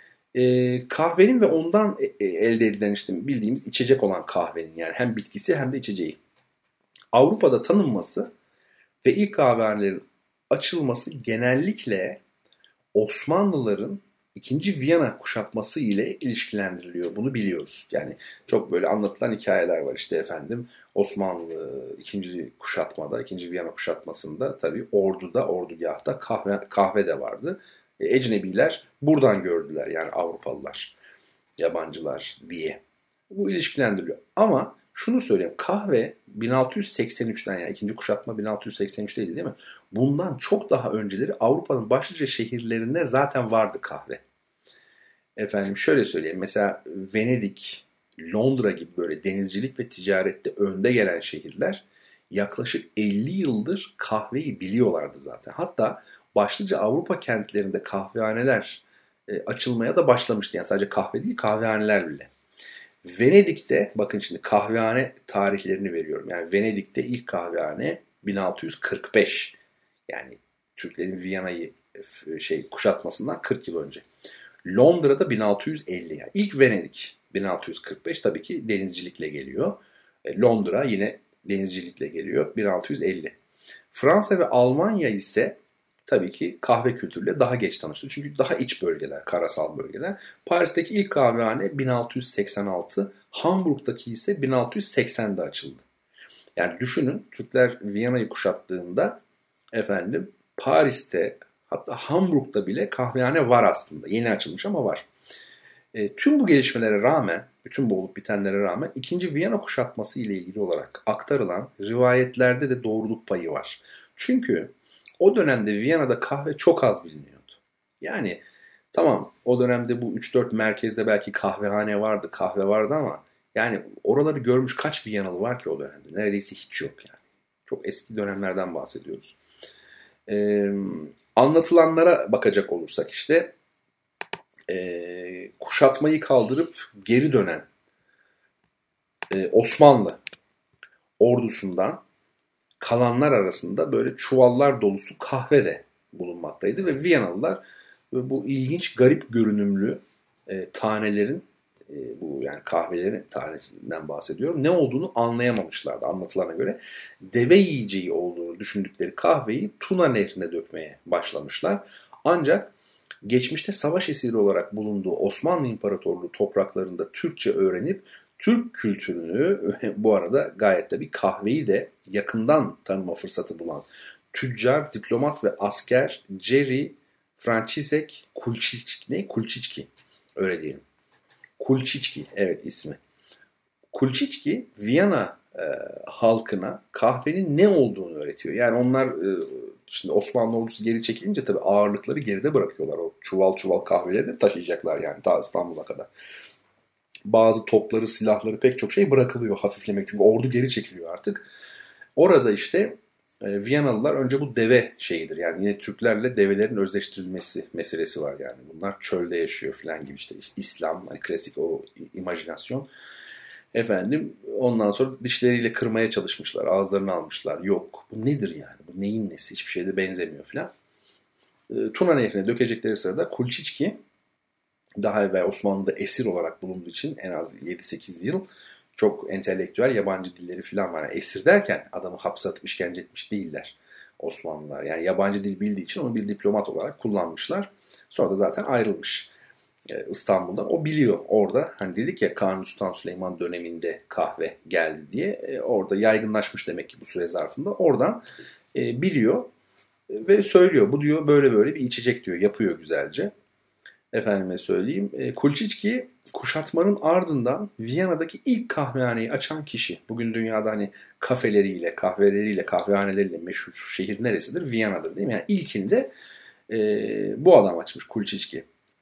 S2: E, kahvenin ve ondan e, elde edilen işte bildiğimiz içecek olan kahvenin, yani hem bitkisi hem de içeceği Avrupa'da tanınması ve ilk kahvehanelerin açılması genellikle Osmanlıların ikinci Viyana kuşatması ile ilişkilendiriliyor. Bunu biliyoruz. Yani çok böyle anlatılan hikayeler var. İşte efendim Osmanlı ikinci kuşatmada, ikinci Viyana kuşatmasında tabii orduda, ordugahta kahve, kahve de vardı. E, ecnebiler buradan gördüler, yani Avrupalılar, yabancılar diye. Bu ilişkilendiriliyor. Ama şunu söyleyeyim, kahve bin altı yüz seksen üçten, yani ikinci kuşatma bin altı yüz seksen üçteydi değil mi? Bundan çok daha önceleri Avrupa'nın başlıca şehirlerinde zaten vardı kahve. Efendim şöyle söyleyeyim, mesela Venedik, Londra gibi böyle denizcilik ve ticarette önde gelen şehirler yaklaşık elli yıldır kahveyi biliyorlardı zaten. Hatta başlıca Avrupa kentlerinde kahvehaneler e, açılmaya da başlamıştı. Yani sadece kahve değil, kahvehaneler bile. Venedik'te, bakın şimdi kahvehane tarihlerini veriyorum. Yani Venedik'te ilk kahvehane bin altı yüz kırk beş. Yani Türklerin Viyana'yı şey kuşatmasından kırk yıl önce. Londra'da bin altı yüz elli. Yani ilk Venedik bin altı yüz kırk beş, tabii ki denizcilikle geliyor. Londra yine denizcilikle geliyor bin altı yüz elli. Fransa ve Almanya ise tabii ki kahve kültürüyle daha geç tanıştı. Çünkü daha iç bölgeler, karasal bölgeler. Paris'teki ilk kahvehane bin altı yüz seksen altı, Hamburg'daki ise bin altı yüz seksende açıldı. Yani düşünün, Türkler Viyana'yı kuşattığında efendim Paris'te, hatta Hamburg'da bile kahvehane var aslında. Yeni açılmış ama var. E, tüm bu gelişmelere rağmen, bütün bu olup bitenlere rağmen ikinci Viyana kuşatması ile ilgili olarak aktarılan rivayetlerde de doğruluk payı var. Çünkü o dönemde Viyana'da kahve çok az biliniyordu. Yani tamam, o dönemde bu üç dört merkezde belki kahvehane vardı, kahve vardı ama yani oraları görmüş kaç Viyanalı var ki o dönemde? Neredeyse hiç yok yani. Çok eski dönemlerden bahsediyoruz. Ee, anlatılanlara bakacak olursak işte e, kuşatmayı kaldırıp geri dönen e, Osmanlı ordusundan kalanlar arasında böyle çuvallar dolusu kahve de bulunmaktaydı ve Viyanalılar bu ilginç, garip görünümlü e, tanelerin, e, bu yani kahvelerin tanesinden bahsediyorum, ne olduğunu anlayamamışlardı anlatılana göre. Deve yiyeceği olduğunu düşündükleri kahveyi Tuna Nehri'ne dökmeye başlamışlar. Ancak geçmişte savaş esiri olarak bulunduğu Osmanlı İmparatorluğu topraklarında Türkçe öğrenip Türk kültürünü, bu arada gayet tabii kahveyi de yakından tanıma fırsatı bulan tüccar, diplomat ve asker Jerry Franciszek Kulczycki, ne? Kulczycki, öyle diyelim. Kulczycki, evet ismi. Kulczycki, Viyana e, halkına kahvenin ne olduğunu öğretiyor. Yani onlar e, şimdi Osmanlı ordusu geri çekilince tabii ağırlıkları geride bırakıyorlar. O çuval çuval kahveleri de taşıyacaklar yani ta İstanbul'a kadar. Bazı topları, silahları, pek çok şey bırakılıyor hafiflemek. Çünkü ordu geri çekiliyor artık. Orada işte e, Viyanalılar önce bu deve şeyidir. Yani yine Türklerle develerin özleştirilmesi meselesi var yani. Bunlar çölde yaşıyor falan gibi işte İslam, hani klasik o imajinasyon. Efendim ondan sonra dişleriyle kırmaya çalışmışlar. Ağızlarını almışlar. Yok bu nedir yani? Bu neyin nesi? Hiçbir şeye de benzemiyor falan. E, Tuna Nehri'ne dökecekleri sırada Kulczycki, daha evvel Osmanlı'da esir olarak bulunduğu için en az yedi sekiz yıl çok entelektüel yabancı dilleri falan var. Yani esir derken adamı hapse atıp işkence etmiş değiller Osmanlılar. Yani yabancı dil bildiği için onu bir diplomat olarak kullanmışlar. Sonra da zaten ayrılmış İstanbul'dan. O biliyor orada. Hani dedik ya Kanuni Sultan Süleyman döneminde kahve geldi diye. Orada yaygınlaşmış demek ki bu süre zarfında. Oradan biliyor ve söylüyor. Bu diyor böyle böyle bir içecek diyor. Yapıyor güzelce. Efendime söyleyeyim. E, Kulczycki kuşatmanın ardından Viyana'daki ilk kahvehaneyi açan kişi. Bugün dünyada hani kafeleriyle, kahveleriyle, kahvehaneleriyle meşhur şehir neresidir? Viyana'dır değil mi? Yani ilkinde e, bu adam açmış Kulczycki.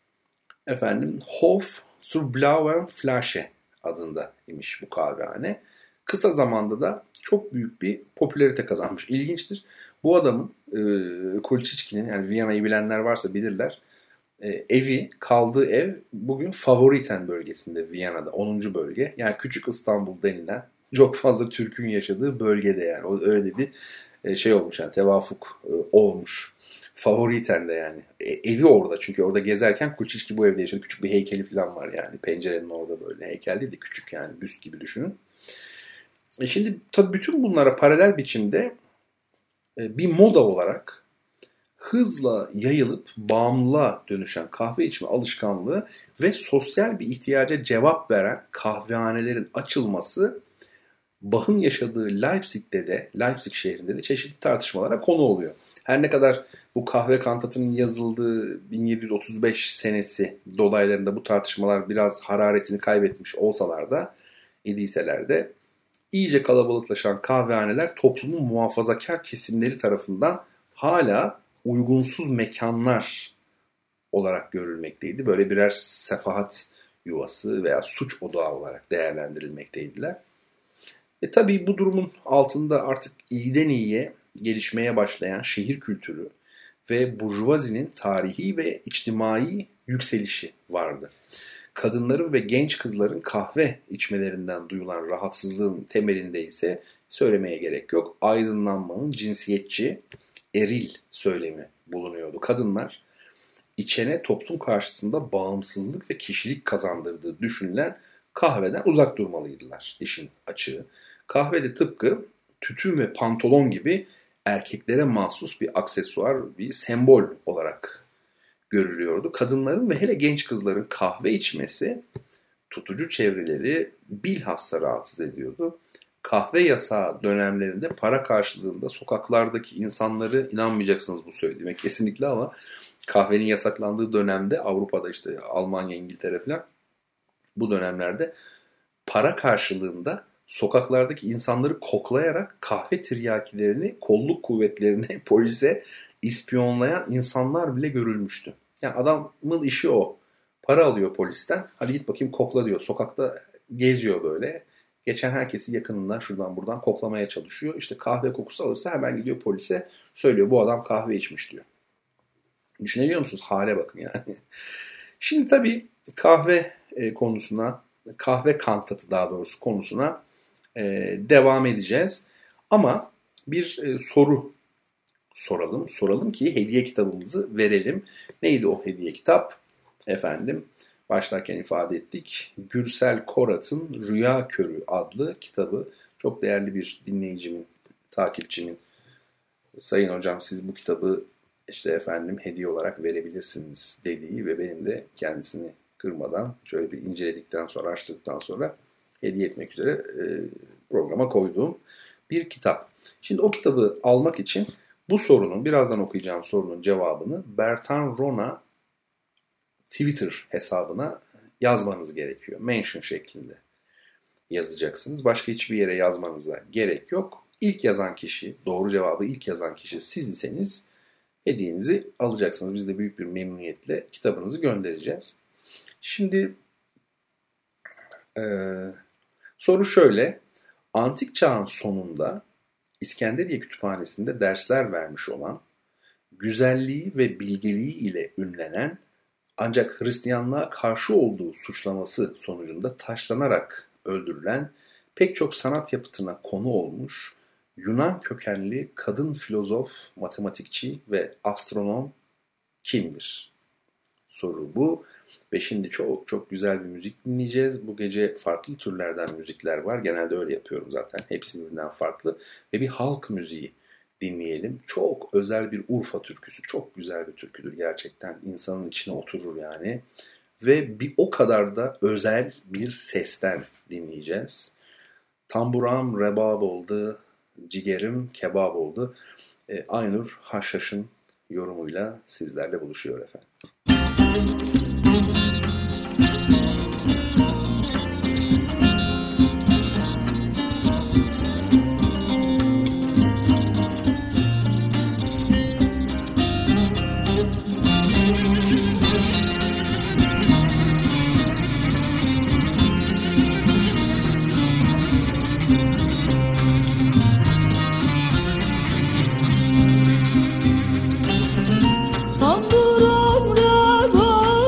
S2: Efendim Hof zur Blauen Flasche adında imiş bu kahvehane. Kısa zamanda da çok büyük bir popülarite kazanmış. İlginçtir. Bu adamın e, Kulczycki'nin, yani Viyana'yı bilenler varsa bilirler. E, evi, kaldığı ev bugün Favoriten bölgesinde, Viyana'da onuncu bölge. Yani Küçük İstanbul denilen çok fazla Türk'ün yaşadığı bölgede yani. O öyle bir e, şey olmuş yani, tevafuk e, olmuş. Favoriten'de yani. E, evi orada, çünkü orada gezerken Kulczycki bu evde yaşadı. Küçük bir heykeli falan var yani. Pencerenin orada böyle. Heykel değil de küçük yani. Büst gibi düşünün. E şimdi tabii bütün bunlara paralel biçimde e, bir moda olarak hızla yayılıp bağımlılığa dönüşen kahve içme alışkanlığı ve sosyal bir ihtiyaca cevap veren kahvehanelerin açılması Bach'ın yaşadığı Leipzig'te de, Leipzig şehrinde de çeşitli tartışmalara konu oluyor. Her ne kadar bu kahve kantatının yazıldığı bin yedi yüz otuz beş senesi dolaylarında bu tartışmalar biraz hararetini kaybetmiş olsalar da, idiyseler de, iyice kalabalıklaşan kahvehaneler toplumun muhafazakar kesimleri tarafından hala uygunsuz mekanlar olarak görülmekteydi. Böyle birer sefahat yuvası veya suç odağı olarak değerlendirilmekteydiler. E tabii bu durumun altında artık iyiden iyiye gelişmeye başlayan şehir kültürü ve burjuvazinin tarihi ve içtimai yükselişi vardı. Kadınların ve genç kızların kahve içmelerinden duyulan rahatsızlığın temelinde ise söylemeye gerek yok, aydınlanmanın cinsiyetçi, eril söylemi bulunuyordu. Kadınlar içene toplum karşısında bağımsızlık ve kişilik kazandırdığı düşünülen kahveden uzak durmalıydılar, işin açığı. Kahve de tıpkı tütün ve pantolon gibi erkeklere mahsus bir aksesuar, bir sembol olarak görülüyordu. Kadınların ve hele genç kızların kahve içmesi tutucu çevreleri bilhassa rahatsız ediyordu. kahve yasağı dönemlerinde para karşılığında sokaklardaki insanları, inanmayacaksınız bu söylediğime kesinlikle ama kahvenin yasaklandığı dönemde Avrupa'da işte Almanya, İngiltere falan bu dönemlerde para karşılığında sokaklardaki insanları koklayarak kahve tiryakilerini, kolluk kuvvetlerine, polise ispiyonlayan insanlar bile görülmüştü. Yani adamın işi o. Para alıyor polisten. Hadi git bakayım kokla diyor. Sokakta geziyor böyle. Geçen herkesi yakınından şuradan buradan koklamaya çalışıyor. İşte kahve kokusu alırsa hemen gidiyor polise söylüyor. Bu adam kahve içmiş diyor. Düşünebiliyor musunuz? Hale bakın yani. Şimdi tabii kahve konusuna, kahve kantatı daha doğrusu konusuna devam edeceğiz. Ama bir soru soralım. Soralım ki hediye kitabımızı verelim. Neydi o hediye kitap? Efendim başlarken ifade ettik. Gürsel Korat'ın Rüya Körü adlı kitabı. Çok değerli bir dinleyicimin, takipçimin, sayın hocam siz bu kitabı işte efendim hediye olarak verebilirsiniz dediği ve benim de kendisini kırmadan şöyle bir inceledikten sonra, araştırdıktan sonra hediye etmek üzere programa koyduğum bir kitap. Şimdi o kitabı almak için bu sorunun, birazdan okuyacağım sorunun cevabını Bertan Rona Twitter hesabına yazmanız gerekiyor. Mention şeklinde yazacaksınız. Başka hiçbir yere yazmanıza gerek yok. İlk yazan kişi, doğru cevabı ilk yazan kişi siz iseniz hediyenizi alacaksınız. Biz de büyük bir memnuniyetle kitabınızı göndereceğiz. Şimdi e, soru şöyle. Antik çağın sonunda İskenderiye Kütüphanesi'nde dersler vermiş olan, güzelliği ve bilgeliği ile ünlenen ancak Hristiyanlığa karşı olduğu suçlaması sonucunda taşlanarak öldürülen, pek çok sanat yapıtına konu olmuş Yunan kökenli kadın filozof, matematikçi ve astronom kimdir? Soru bu. Ve şimdi çok çok güzel bir müzik dinleyeceğiz. Bu gece farklı türlerden müzikler var. Genelde öyle yapıyorum zaten. Hepsi birbirinden farklı. Ve bir halk müziği dinleyelim. Çok özel bir Urfa türküsü. Çok güzel bir türküdür gerçekten. İnsanın içine oturur yani. Ve bir o kadar da özel bir sesten dinleyeceğiz. Tamburam rebab oldu, cigerim kebap oldu. E, Aynur Haşhaş'ın yorumuyla sizlerle buluşuyor efendim.
S3: Tamburam rebab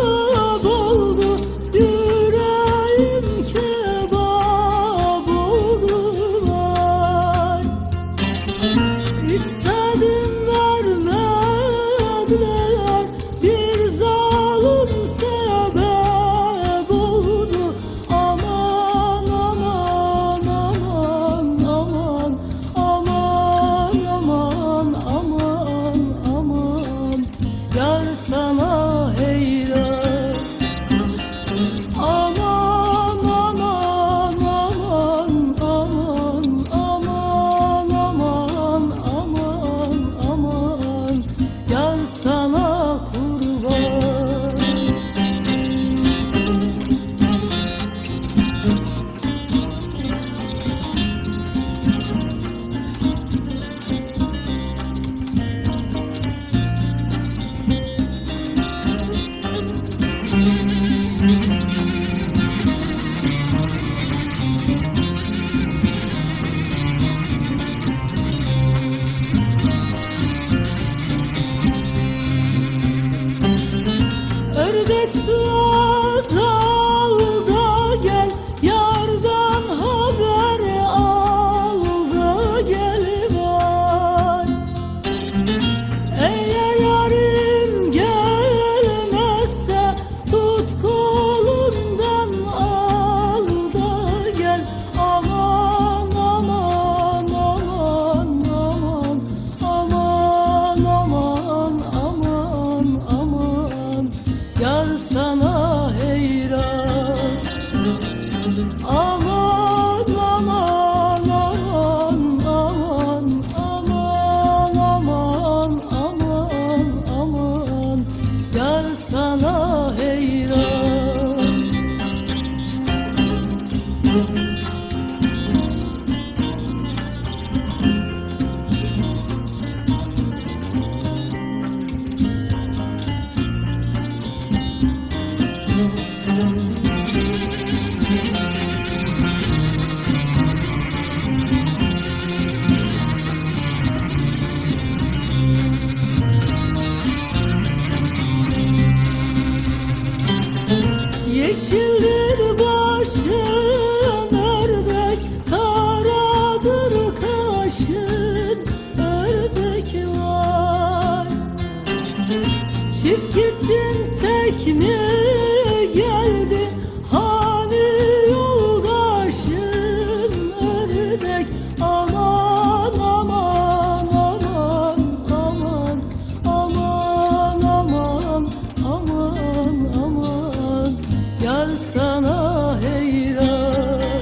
S3: Yeşildir başın ördek, karadır kaşın ördek var. Çift gittin tek mi geldin, hani yoldaşın ördek. Aman aman aman aman aman aman aman aman, yar sana heyran.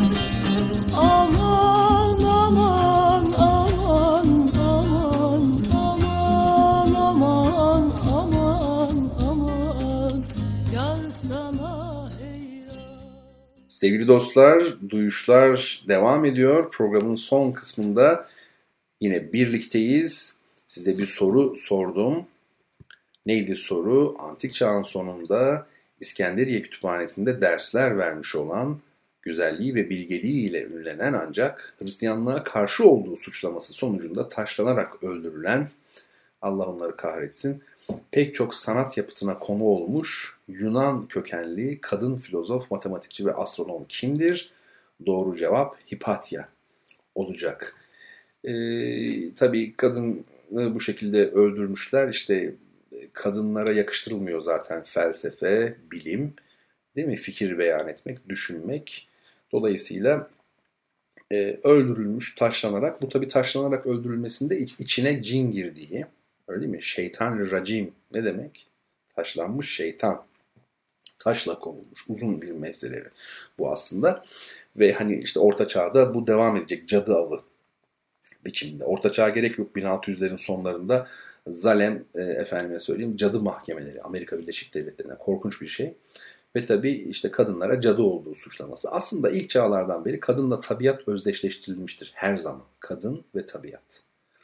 S3: Aman aman aman aman aman aman aman aman, yar sana heyran.
S2: Sevgili dostlar, Duyuşlar devam ediyor. Programın son kısmında yine birlikteyiz. Size bir soru sordum. Neydi soru? Antik çağın sonunda İskenderiye Kütüphanesi'nde dersler vermiş olan, güzelliği ve bilgeliğiyle ünlenen ancak Hristiyanlığa karşı olduğu suçlaması sonucunda taşlanarak öldürülen, Allah onları kahretsin, pek çok sanat yapıtına konu olmuş Yunan kökenli kadın filozof, matematikçi ve astronom kimdir? Doğru cevap Hipatya olacak. Ee, tabii kadını bu şekilde öldürmüşler. İşte kadınlara yakıştırılmıyor zaten felsefe, bilim, değil mi? Fikir beyan etmek, düşünmek. Dolayısıyla e, öldürülmüş taşlanarak, bu tabii taşlanarak öldürülmesinde iç, içine cin girdiği, öyle değil mi? Şeytan racim ne demek? Taşlanmış şeytan. Taşla kovulmuş. Uzun bir mesele bu aslında. Ve hani işte Orta Çağ'da bu devam edecek cadı avı biçiminde. Orta Çağ'a gerek yok. bin altı yüzlerin sonlarında Zalem, e, efendime söyleyeyim, cadı mahkemeleri Amerika Birleşik Devletleri'ne, korkunç bir şey. Ve tabii işte kadınlara cadı olduğu suçlaması. Aslında ilk çağlardan beri kadınla tabiat özdeşleştirilmiştir her zaman. Kadın ve tabiat.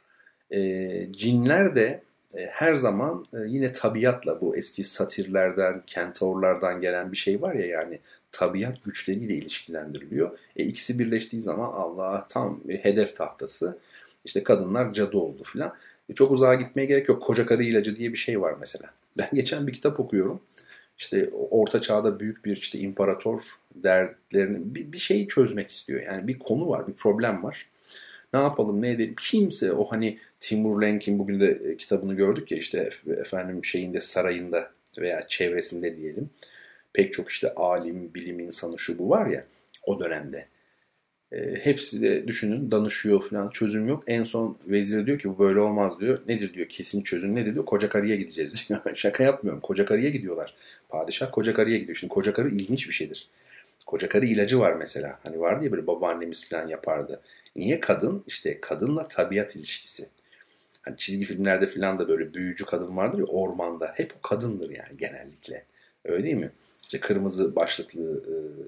S2: E, cinler de e, her zaman e, yine tabiatla, bu eski satirlerden, kentaurlardan gelen bir şey var ya, yani tabiat güçleriyle ilişkilendiriliyor. E, ikisi birleştiği zaman Allah tam hedef tahtası. İşte kadınlar cadı oldu filan. E, çok uzağa gitmeye gerek yok. Koca karı ilacı diye bir şey var mesela. Ben geçen bir kitap okuyorum. İşte Orta Çağ'da büyük bir işte imparator dertlerini bir, bir şeyi çözmek istiyor. Yani bir konu var, bir problem var. Ne yapalım, ne edelim? Kimse o hani Timur Lenk'in bugün de e, kitabını gördük ya, işte efendim şeyinde, sarayında veya çevresinde diyelim. Pek çok işte alim, bilim insanı, şu bu var ya o dönemde. E, hepsi de düşünün danışıyor falan, çözüm yok. En son vezir diyor ki bu böyle olmaz diyor. Nedir diyor, kesin çözüm nedir diyor. Koca karıya gideceğiz diyor. Şaka yapmıyorum. Koca karıya gidiyorlar. Padişah koca karıya gidiyor. Şimdi koca karı ilginç bir şeydir. Koca karı ilacı var mesela. Hani vardı ya böyle, babaannemiz falan yapardı. Niye kadın? İşte kadınla tabiat ilişkisi. Hani çizgi filmlerde falan da böyle büyücü kadın vardır ya ormanda. Hep o kadındır yani genellikle. Öyle değil mi? İşte kırmızı başlıklı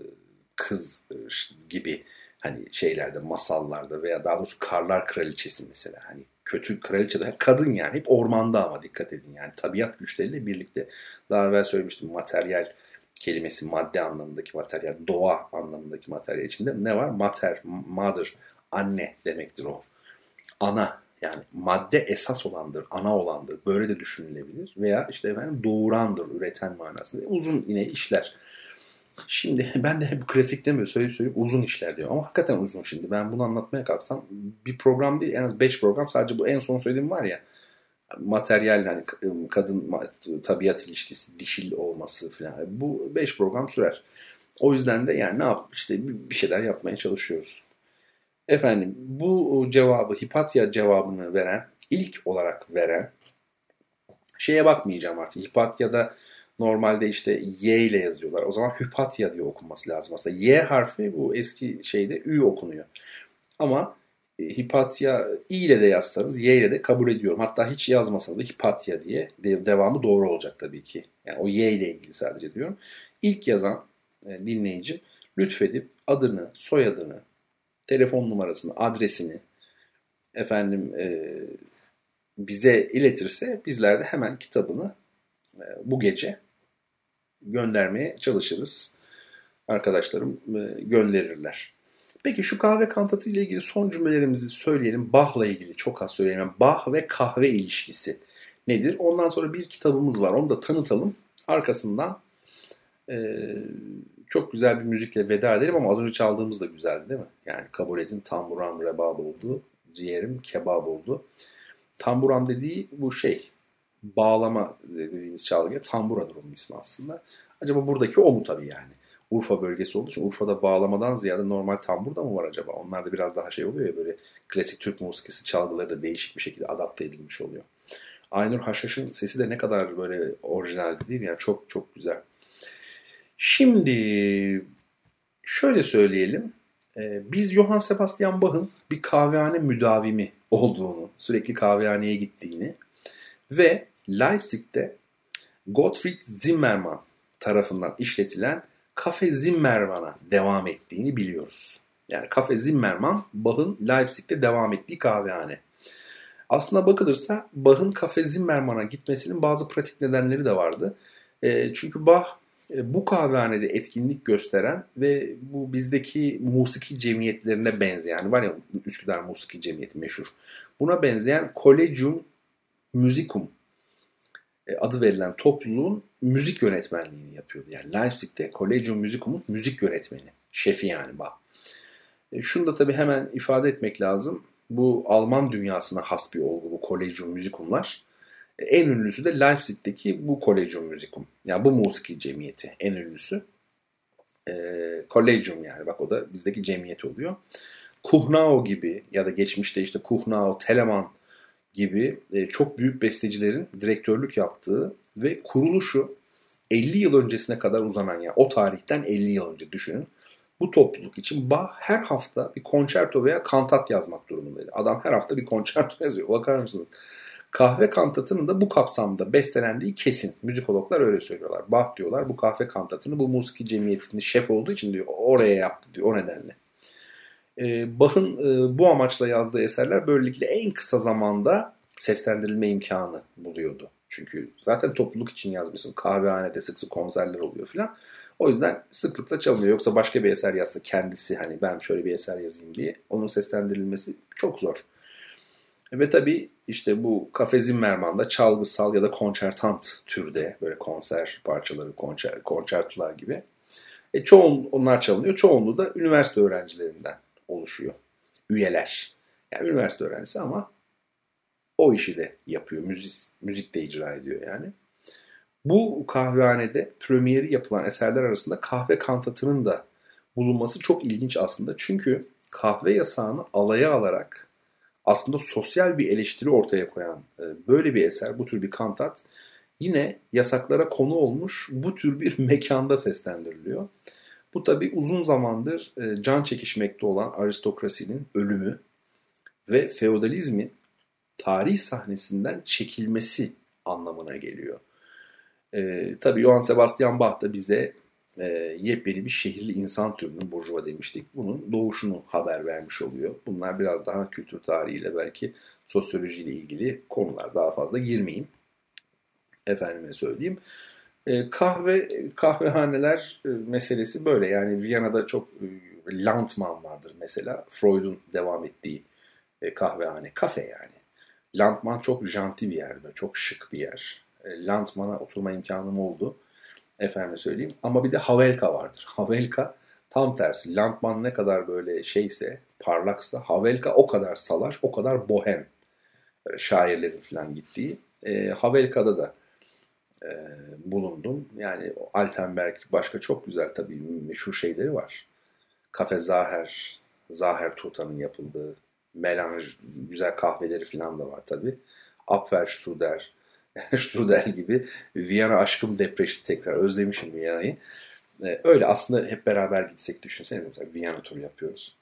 S2: kız gibi hani şeylerde, masallarda veya daha doğrusu Karlar Kraliçesi mesela. Hani kötü kraliçe de kadın yani. Hep ormanda ama dikkat edin yani. Tabiat güçleriyle birlikte. Daha evvel söylemiştim, materyal kelimesi madde anlamındaki materyal, doğa anlamındaki materyal içinde ne var? Mater, mother, anne demektir o. Ana, yani madde esas olandır, ana olandır. Böyle de düşünülebilir. Veya işte efendim doğurandır, üreten manasında. Uzun yine işler. Şimdi ben de bu klasikte mi söyleyip söyleyip uzun işler diyor. Ama hakikaten uzun şimdi. Ben bunu anlatmaya kalksam bir program değil, en az beş program, sadece bu en son söylediğim var ya. Materyal, hani kadın tabiat ilişkisi, dişil olması falan. Bu beş program sürer. O yüzden de yani ne yap işte bir şeyler yapmaya çalışıyoruz. Efendim bu cevabı, Hipatya cevabını veren, ilk olarak veren şeye bakmayacağım artık. Hipatya'da normalde işte Y ile yazıyorlar. O zaman Hypatia diye okunması lazım aslında. Y harfi bu eski şeyde Ü okunuyor. Ama Hipatya İ ile de yazsanız Y ile de kabul ediyorum. Hatta hiç yazmasanız da Hipatya diye devamı doğru olacak tabii ki. Yani o Y ile ilgili sadece diyorum. İlk yazan dinleyicim lütfedip adını, soyadını, telefon numarasını, adresini efendim e, bize iletirse bizler de hemen kitabını e, bu gece göndermeye çalışırız. Arkadaşlarım e, gönderirler. Peki şu kahve kantatı ile ilgili son cümlelerimizi söyleyelim. Bach'la ilgili çok az söyleyelim. Bach ve kahve ilişkisi nedir? Ondan sonra bir kitabımız var. Onu da tanıtalım. Arkasından e, çok güzel bir müzikle veda edelim ama az önce çaldığımız da güzeldi değil mi? Yani kabul edin, tamburam rebab oldu, ciğerim kebap oldu. Tamburam dediği bu şey, bağlama dediğimiz çalgıya tamburadır onun ismi aslında. Acaba buradaki o mu tabii yani? Urfa bölgesi olduğu için Urfa'da bağlamadan ziyade normal tambur da mı var acaba? Onlar da biraz daha şey oluyor ya, böyle klasik Türk musikisi çalgıları da değişik bir şekilde adapte edilmiş oluyor. Aynur Haşhaş'ın sesi de ne kadar böyle orijinal değil mi? Yani çok çok güzel. Şimdi şöyle söyleyelim. Biz Johann Sebastian Bach'ın bir kahvehane müdavimi olduğunu, sürekli kahvehaneye gittiğini ve Leipzig'te Gottfried Zimmermann tarafından işletilen Kafe Zimmermann'a devam ettiğini biliyoruz. Yani Kafe Zimmermann, Bach'ın Leipzig'te devam ettiği kahvehane. Aslına bakılırsa Bach'ın Kafe Zimmermann'a gitmesinin bazı pratik nedenleri de vardı. E, çünkü Bach e, bu kahvehanede etkinlik gösteren ve bu bizdeki musiki cemiyetlerine benzeyen, yani var ya Üsküdar Musiki Cemiyeti meşhur. Buna benzeyen Collegium Musicum adı verilen topluluğun müzik yönetmenliğini yapıyordu. Yani Leipzig'te Collegium Musicum'un müzik yönetmeni, şefi yani Bach. E, şunu da tabii hemen ifade etmek lazım. Bu Alman dünyasına has bir olgu bu Collegium Musicum'lar. E, en ünlüsü de Leipzig'teki bu Collegium Musicum. Yani bu musiki cemiyeti en ünlüsü. E, Collegium yani bak o da bizdeki cemiyet oluyor. Kuhnau gibi ya da geçmişte işte Kuhnau, Telemann gibi çok büyük bestecilerin direktörlük yaptığı ve kuruluşu elli yıl öncesine kadar uzanan, yani o tarihten elli yıl önce düşünün. Bu topluluk için Bach her hafta bir konçerto veya kantat yazmak durumundaydı. Adam her hafta bir konçerto yazıyor. Bakar mısınız? Kahve kantatının da bu kapsamda bestelendiği kesin. Müzikologlar öyle söylüyorlar. Bach diyorlar bu kahve kantatını bu musiki cemiyetinde şef olduğu için diyor oraya yaptı diyor o nedenle. Bach'ın bu amaçla yazdığı eserler böylelikle en kısa zamanda seslendirilme imkanı buluyordu. Çünkü zaten topluluk için yazmışsın. Kahvehanede sık sık konserler oluyor filan. O yüzden sıklıkla çalınıyor. Yoksa başka bir eser yazsa kendisi hani ben şöyle bir eser yazayım diye onun seslendirilmesi çok zor. Ve tabii işte bu Kafe Zimmermann'da çalgısal ya da konçertant türde böyle konser parçaları, konçer, konçertolar gibi. E, çoğun onlar çalınıyor. Çoğunluğu da üniversite öğrencilerinden oluşuyor. Üyeler. Yani üniversite öğrencisi ama o işi de yapıyor. Müzik, müzik de icra ediyor yani. Bu kahvehanede premieri yapılan eserler arasında kahve kantatının da bulunması çok ilginç aslında. Çünkü kahve yasağını alaya alarak aslında sosyal bir eleştiri ortaya koyan böyle bir eser, bu tür bir kantat yine yasaklara konu olmuş bu tür bir mekanda seslendiriliyor. Bu tabii uzun zamandır can çekişmekte olan aristokrasinin ölümü ve feodalizmin tarih sahnesinden çekilmesi anlamına geliyor. Ee, tabii Johann Sebastian Bach da bize e, yepyeni bir şehirli insan türünün, burjuva demiştik, bunun doğuşunu haber vermiş oluyor. Bunlar biraz daha kültür tarihiyle belki sosyolojiyle ilgili konular, daha fazla girmeyeyim. Efendime söyleyeyim. E, kahve kahvehaneler e, meselesi böyle. Yani Viyana'da çok e, Landmann vardır mesela. Freud'un devam ettiği e, kahvehane, kafe yani. Landmann çok janti bir yer, çok şık bir yer. E, Landmann'a oturma imkanım oldu. Efendime söyleyeyim. Ama bir de Havelka vardır. Havelka tam tersi. Landmann ne kadar böyle şeyse, parlaksa, Havelka o kadar salaş, o kadar bohem. Böyle şairlerin falan gittiği. E, Havelka'da da e, bulundum. Yani Altenberg başka çok güzel tabii meşhur şeyleri var. Kafe Zaher, Zaher Tuta'nın yapıldığı melanj, güzel kahveleri falan da var tabii. Apfelstrudel, Strudel gibi. Viyana aşkım depreşti tekrar. Özlemişim Viyana'yı. Ee, öyle aslında hep beraber gitsek düşünsenize. Mesela Viyana turu yapıyoruz.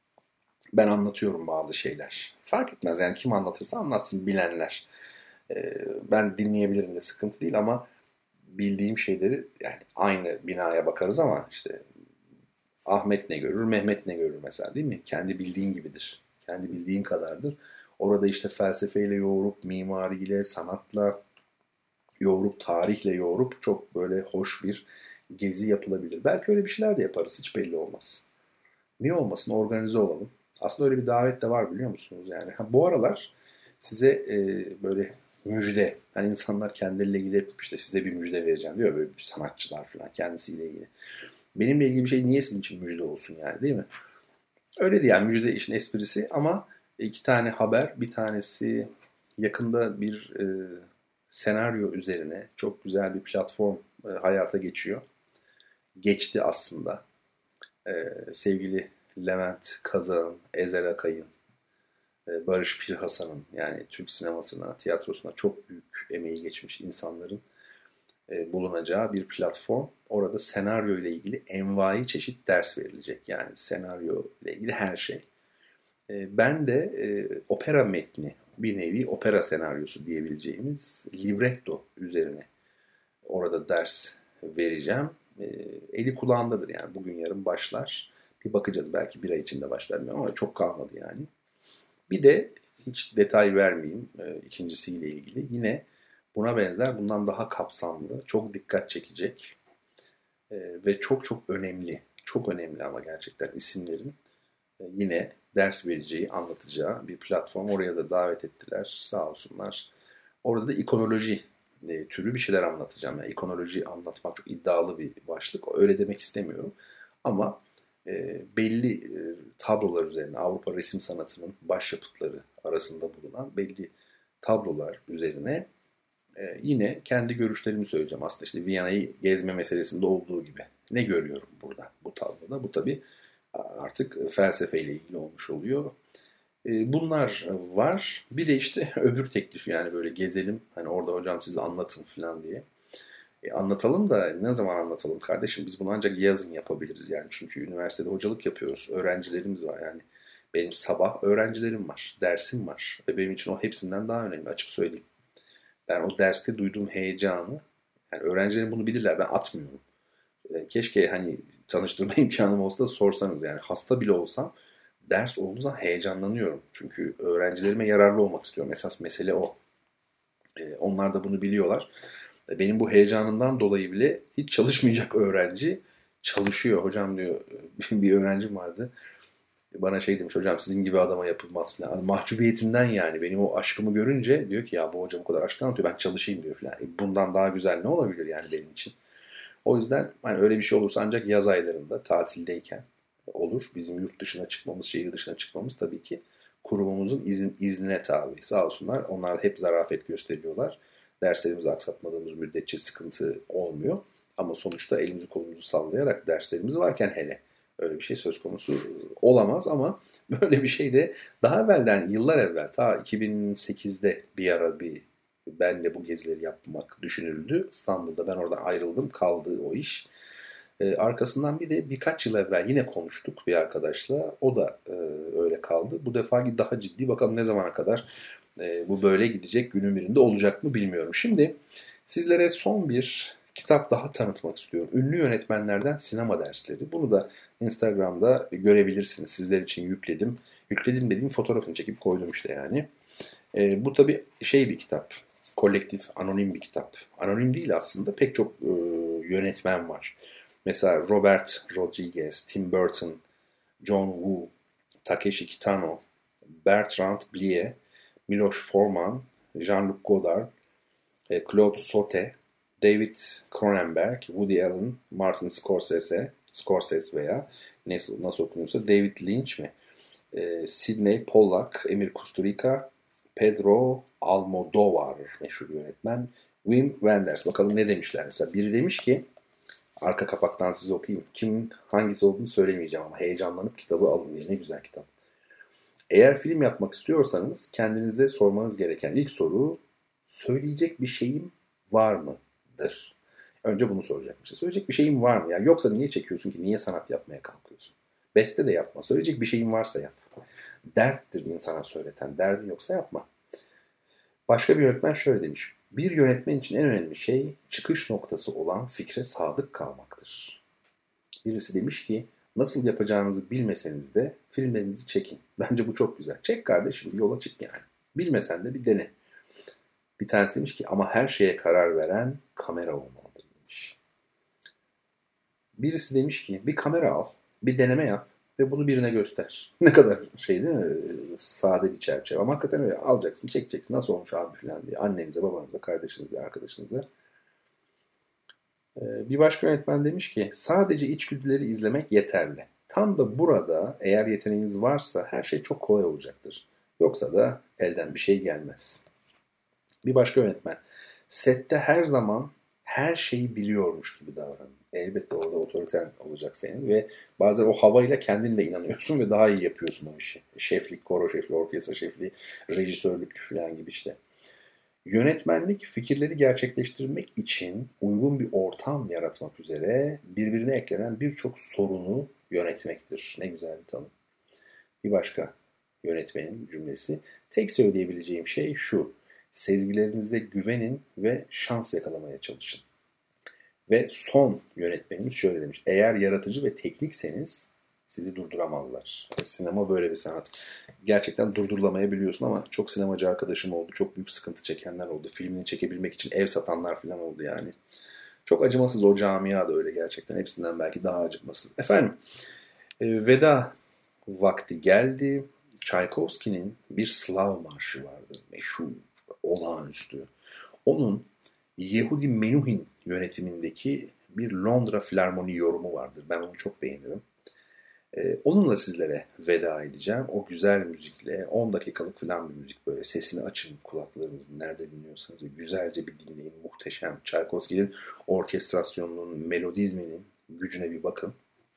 S2: Ben anlatıyorum bazı şeyler. Fark etmez yani kim anlatırsa anlatsın bilenler. Ee, ben dinleyebilirim de sıkıntı değil ama bildiğim şeyleri yani aynı binaya bakarız ama işte Ahmet ne görür, Mehmet ne görür mesela, değil mi? Kendi bildiğin gibidir. Kendi bildiğin kadardır. Orada işte felsefeyle yoğurup, mimariyle, sanatla yoğurup, tarihle yoğurup çok böyle hoş bir gezi yapılabilir. Belki öyle bir şeyler de yaparız. Hiç belli olmaz. Niye olmasın? Organize olalım. Aslında öyle bir davet de var, biliyor musunuz? Yani ha, bu aralar size e, böyle müjde. Hani insanlar kendileriyle ilgili hep işte size bir müjde vereceğim diyor. Böyle sanatçılar falan kendisiyle ilgili. Benimle ilgili bir şey niye sizin için müjde olsun yani, değil mi? Öyle değil yani, müjde işin esprisi, ama iki tane haber. Bir tanesi yakında bir e, senaryo üzerine çok güzel bir platform e, hayata geçiyor. Geçti aslında. E, sevgili Levent Kazak'ın, Ezel Akay'ın, e, Barış Pirhasan'ın, yani Türk sinemasına, tiyatrosuna çok büyük emeği geçmiş insanların e, bulunacağı bir platform. Orada senaryo ile ilgili envai çeşit ders verilecek. Yani senaryo ile ilgili her şey. E, ben de e, opera metni, bir nevi opera senaryosu diyebileceğimiz libretto üzerine orada ders vereceğim. E, eli kulağındadır yani, bugün yarın başlar. Bir bakacağız, belki bir ay içinde başlar ama çok kalmadı yani. Bir de hiç detay vermeyeyim e, ikincisiyle ilgili. Yine buna benzer, bundan daha kapsamlı, çok dikkat çekecek e, ve çok çok önemli, çok önemli ama gerçekten isimlerin e, yine ders vereceği, anlatacağı bir platform. Oraya da davet ettiler, sağ olsunlar. Orada da ikonoloji e, türü bir şeyler anlatacağım. Yani ikonoloji anlatmak çok iddialı bir başlık. Öyle demek istemiyorum. Ama e, belli e, tablolar üzerine, Avrupa resim sanatının başyapıtları arasında bulunan belli tablolar üzerine e, yine kendi görüşlerimi söyleyeceğim. Aslında işte Viyana'yı gezme meselesinde olduğu gibi. Ne görüyorum burada, bu tabloda? Bu tabii artık felsefeyle ilgili olmuş oluyor. Bunlar var. Bir de işte öbür teklif, yani böyle gezelim. Hani orada hocam siz anlatın falan diye. E anlatalım da ne zaman anlatalım kardeşim? Biz bunu ancak yazın yapabiliriz yani. Çünkü üniversitede hocalık yapıyoruz. Öğrencilerimiz var yani. Benim sabah öğrencilerim var. Dersim var. Ve benim için o hepsinden daha önemli, açık söyleyeyim. Ben o derste duyduğum heyecanı, yani öğrencilerim bunu bilirler. Ben atmıyorum. Keşke hani tanıştırma imkanım olsa da sorsanız, yani hasta bile olsam ders olduğu zaman heyecanlanıyorum. Çünkü öğrencilerime yararlı olmak istiyorum. Esas mesele o. Ee, onlar da bunu biliyorlar. Benim bu heyecanımdan dolayı bile hiç çalışmayacak öğrenci çalışıyor. Hocam diyor, bir öğrencim vardı. Bana şey demiş, hocam sizin gibi adama yapılmaz falan. Yani mahcubiyetimden, yani benim o aşkımı görünce diyor ki ya bu hocam o kadar aşk anlatıyor, ben çalışayım diyor falan. Bundan daha güzel ne olabilir yani benim için? O yüzden hani öyle bir şey olursa ancak yaz aylarında tatildeyken olur. Bizim yurt dışına çıkmamız, şehir dışına çıkmamız tabii ki kurumumuzun izin, iznine tabi. Sağ olsunlar. Onlar hep zarafet gösteriyorlar. Derslerimizi aksatmadığımız müddetçe sıkıntı olmuyor. Ama sonuçta elimizi kolumuzu sallayarak derslerimiz varken hele öyle bir şey söz konusu olamaz. Ama böyle bir şey de daha evvelden, yıllar evvel, ta iki bin sekizde bir ara bir benle bu gezileri yapmak düşünüldü. İstanbul'da ben oradan ayrıldım, kaldı o iş. Ee, arkasından bir de birkaç yıl evvel yine konuştuk bir arkadaşla. O da e, öyle kaldı. Bu defa daha ciddi, bakalım ne zamana kadar e, bu böyle gidecek, günün birinde olacak mı bilmiyorum. Şimdi sizlere son bir kitap daha tanıtmak istiyorum. Ünlü yönetmenlerden sinema dersleri. Bunu da Instagram'da görebilirsiniz. Sizler için yükledim. Yükledim dediğim, fotoğrafını çekip koydum işte yani. E, bu tabii şey bir kitap. Kolektif, anonim bir kitap. Anonim değil aslında. Pek çok e, yönetmen var. Mesela Robert Rodriguez, Tim Burton, John Woo, Takeshi Kitano, Bertrand Blier, Miloš Forman, Jean-Luc Godard, e, Claude Sauté, David Cronenberg, Woody Allen, Martin Scorsese, Scorsese veya nasıl, nasıl okunuyorsa David Lynch mi? E, Sidney Pollack, Emir Kusturica, Pedro Almodovar meşhur yönetmen, Wim Wenders. Bakalım ne demişler. Mesela biri demiş ki, arka kapaktan size okuyayım. Kimin hangisi olduğunu söylemeyeceğim ama heyecanlanıp kitabı alın diye. Ne güzel kitap. Eğer film yapmak istiyorsanız kendinize sormanız gereken ilk soru, söyleyecek bir şeyim var mıdır? Önce bunu soracakmışız. Söyleyecek bir şeyim var mı? Yani yoksa niye çekiyorsun ki? Niye sanat yapmaya kalkıyorsun? Beste de yapma. Söyleyecek bir şeyin varsa yap. Derttir insana söyleten. Derdin yoksa yapma. Başka bir yönetmen şöyle demiş. Bir yönetmen için en önemli şey çıkış noktası olan fikre sadık kalmaktır. Birisi demiş ki Nasıl yapacağınızı bilmeseniz de filmlerinizi çekin. Bence bu çok güzel. Çek kardeşim, yola çık yani. Bilmesen de bir dene. Bir tanesi demiş ki ama her şeye karar veren kamera olmalıdır demiş. Birisi demiş ki bir kamera al, bir deneme yap ve bunu birine göster. Ne kadar şey değil mi? Sade bir çerçeve. Ama hakikaten öyle. Alacaksın, çekeceksin. Nasıl olmuş abi falan diye. Annenize, babanıza, kardeşinize, arkadaşınıza. Bir başka yönetmen demiş ki sadece içgüdüleri izlemek yeterli. Tam da burada eğer yeteneğiniz varsa her şey çok kolay olacaktır. Yoksa da elden bir şey gelmez. Bir başka yönetmen sette her zaman her şeyi biliyormuş gibi davranın. Elbette orada otoriter olacak senin ve bazen o havayla kendin de inanıyorsun ve daha iyi yapıyorsun o işi. Şeflik, koro şefliği, orkestra şefliği, rejisörlük falan gibi işte. Yönetmenlik fikirleri gerçekleştirmek için uygun bir ortam yaratmak üzere birbirine eklenen birçok sorunu yönetmektir. Ne güzel bir tanım. Bir başka yönetmenin cümlesi. Tek söyleyebileceğim şey şu. Sezgilerinize güvenin ve şans yakalamaya çalışın. Ve son yönetmenimiz şöyle demiş. Eğer yaratıcı ve teknikseniz sizi durduramazlar. Sinema böyle bir sanat. Gerçekten durdurulamayabiliyorsun ama çok sinemacı arkadaşım oldu. Çok büyük sıkıntı çekenler oldu. Filmini çekebilmek için ev satanlar falan oldu yani. Çok acımasız o camia da öyle gerçekten. Hepsinden belki daha acımasız. Efendim, e, veda vakti geldi. Tchaikovsky'nin bir Slav marşı vardır. Meşhur, olağanüstü. Onun Yehudi Menuhin yönetimindeki bir Londra Filarmoni yorumu vardır. Ben onu çok beğenirim. Ee, onunla sizlere veda edeceğim. O güzel müzikle on dakikalık falan bir müzik böyle. Sesini açın kulaklarınızı nerede dinliyorsanız ve güzelce bir dinleyin. Muhteşem. Tchaikovsky'nin orkestrasyonunun, melodizminin gücüne bir bakın.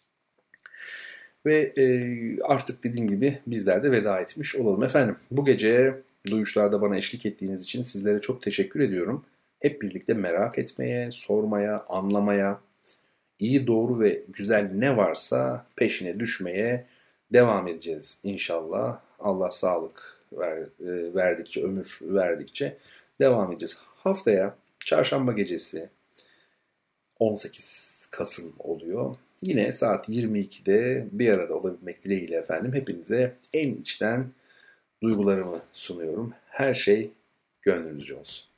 S2: Ve e, artık dediğim gibi bizler de veda etmiş olalım. Efendim bu gece Duyuşlar'da bana eşlik ettiğiniz için sizlere çok teşekkür ediyorum. Hep birlikte merak etmeye, sormaya, anlamaya, iyi, doğru ve güzel ne varsa peşine düşmeye devam edeceğiz inşallah. Allah sağlık ver, verdikçe, ömür verdikçe devam edeceğiz. Haftaya çarşamba gecesi on sekiz Kasım oluyor. Yine saat yirmi ikide bir arada olabilmek dileğiyle efendim hepinize en içten duygularımı sunuyorum. Her şey gönlünüzce olsun.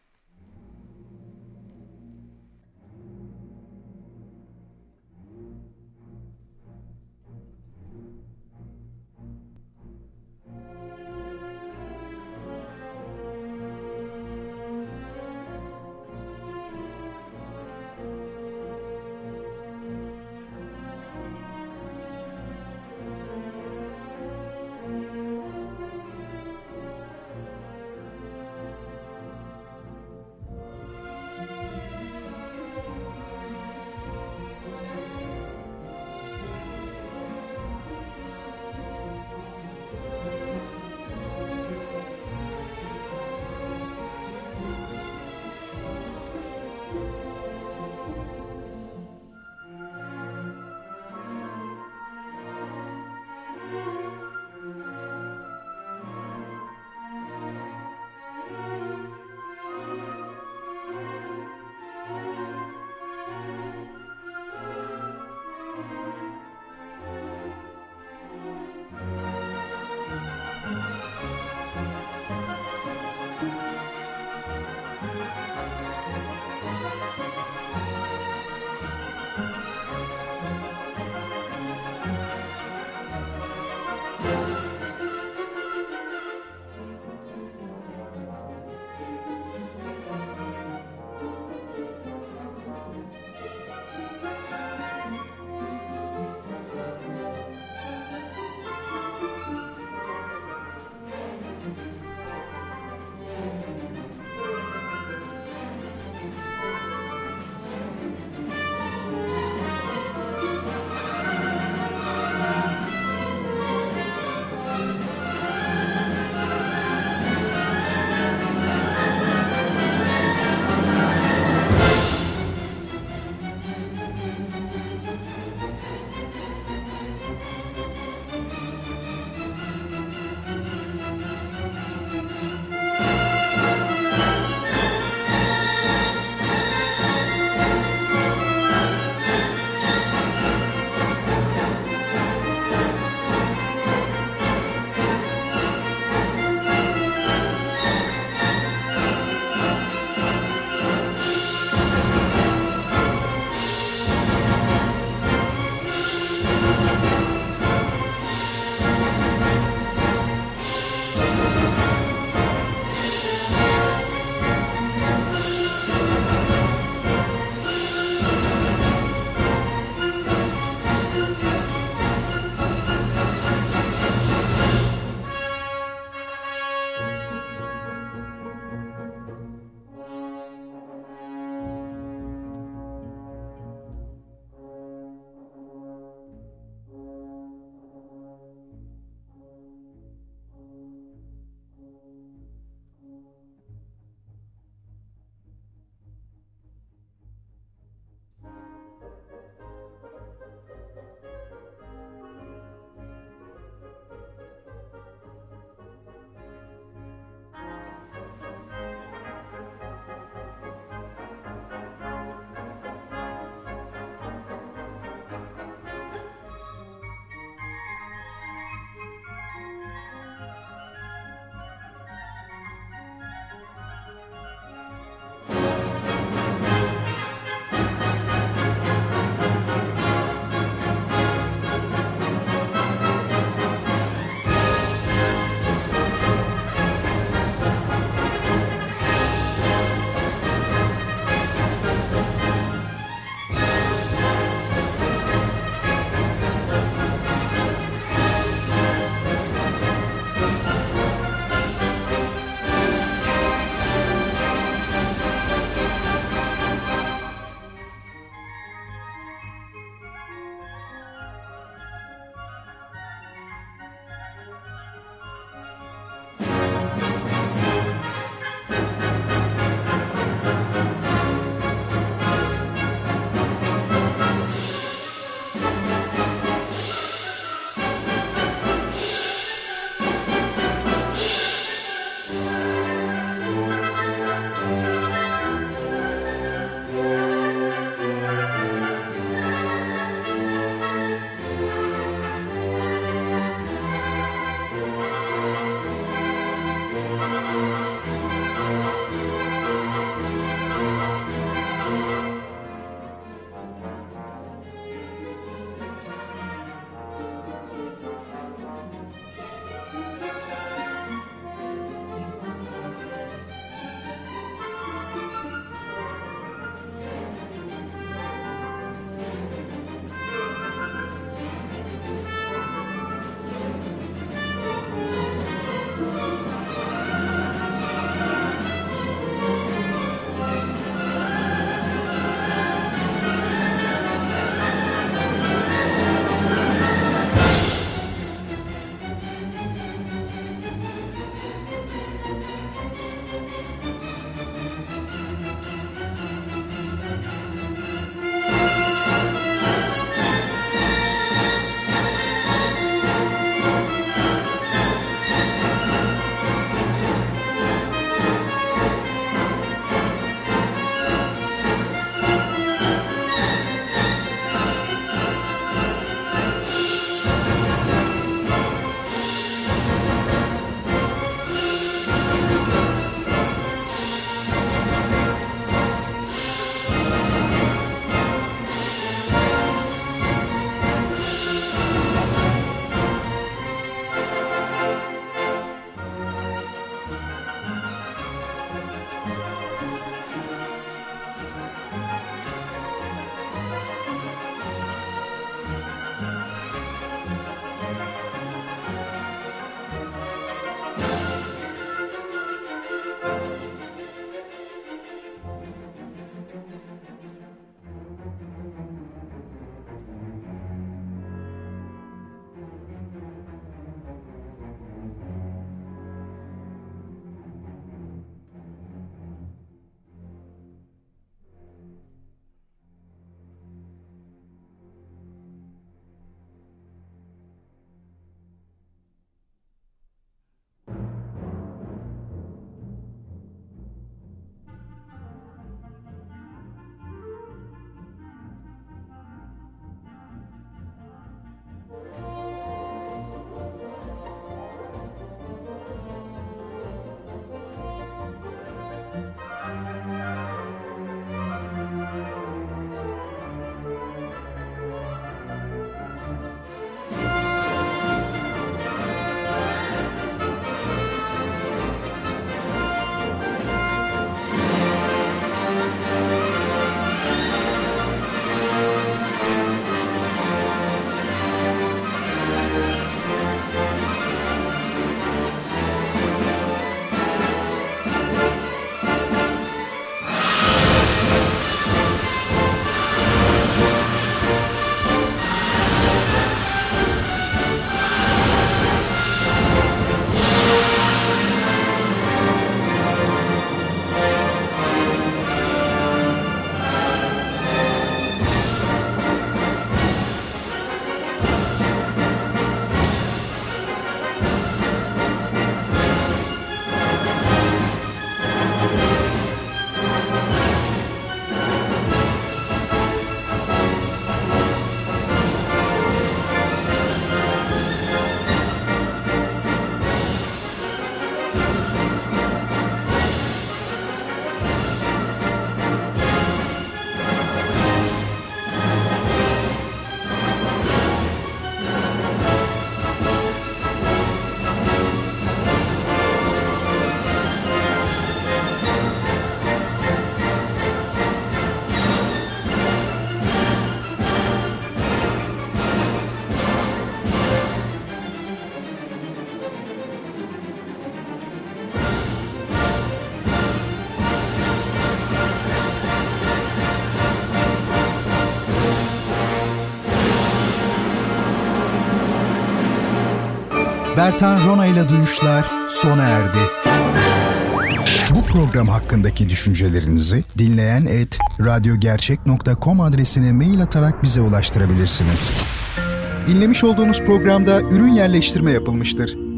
S1: Bertan Rona ile Duyuşlar sona erdi. Bu program hakkındaki düşüncelerinizi dinleyen et radyogercek nokta com adresine mail atarak bize ulaştırabilirsiniz. Dinlemiş olduğunuz programda ürün yerleştirme yapılmıştır.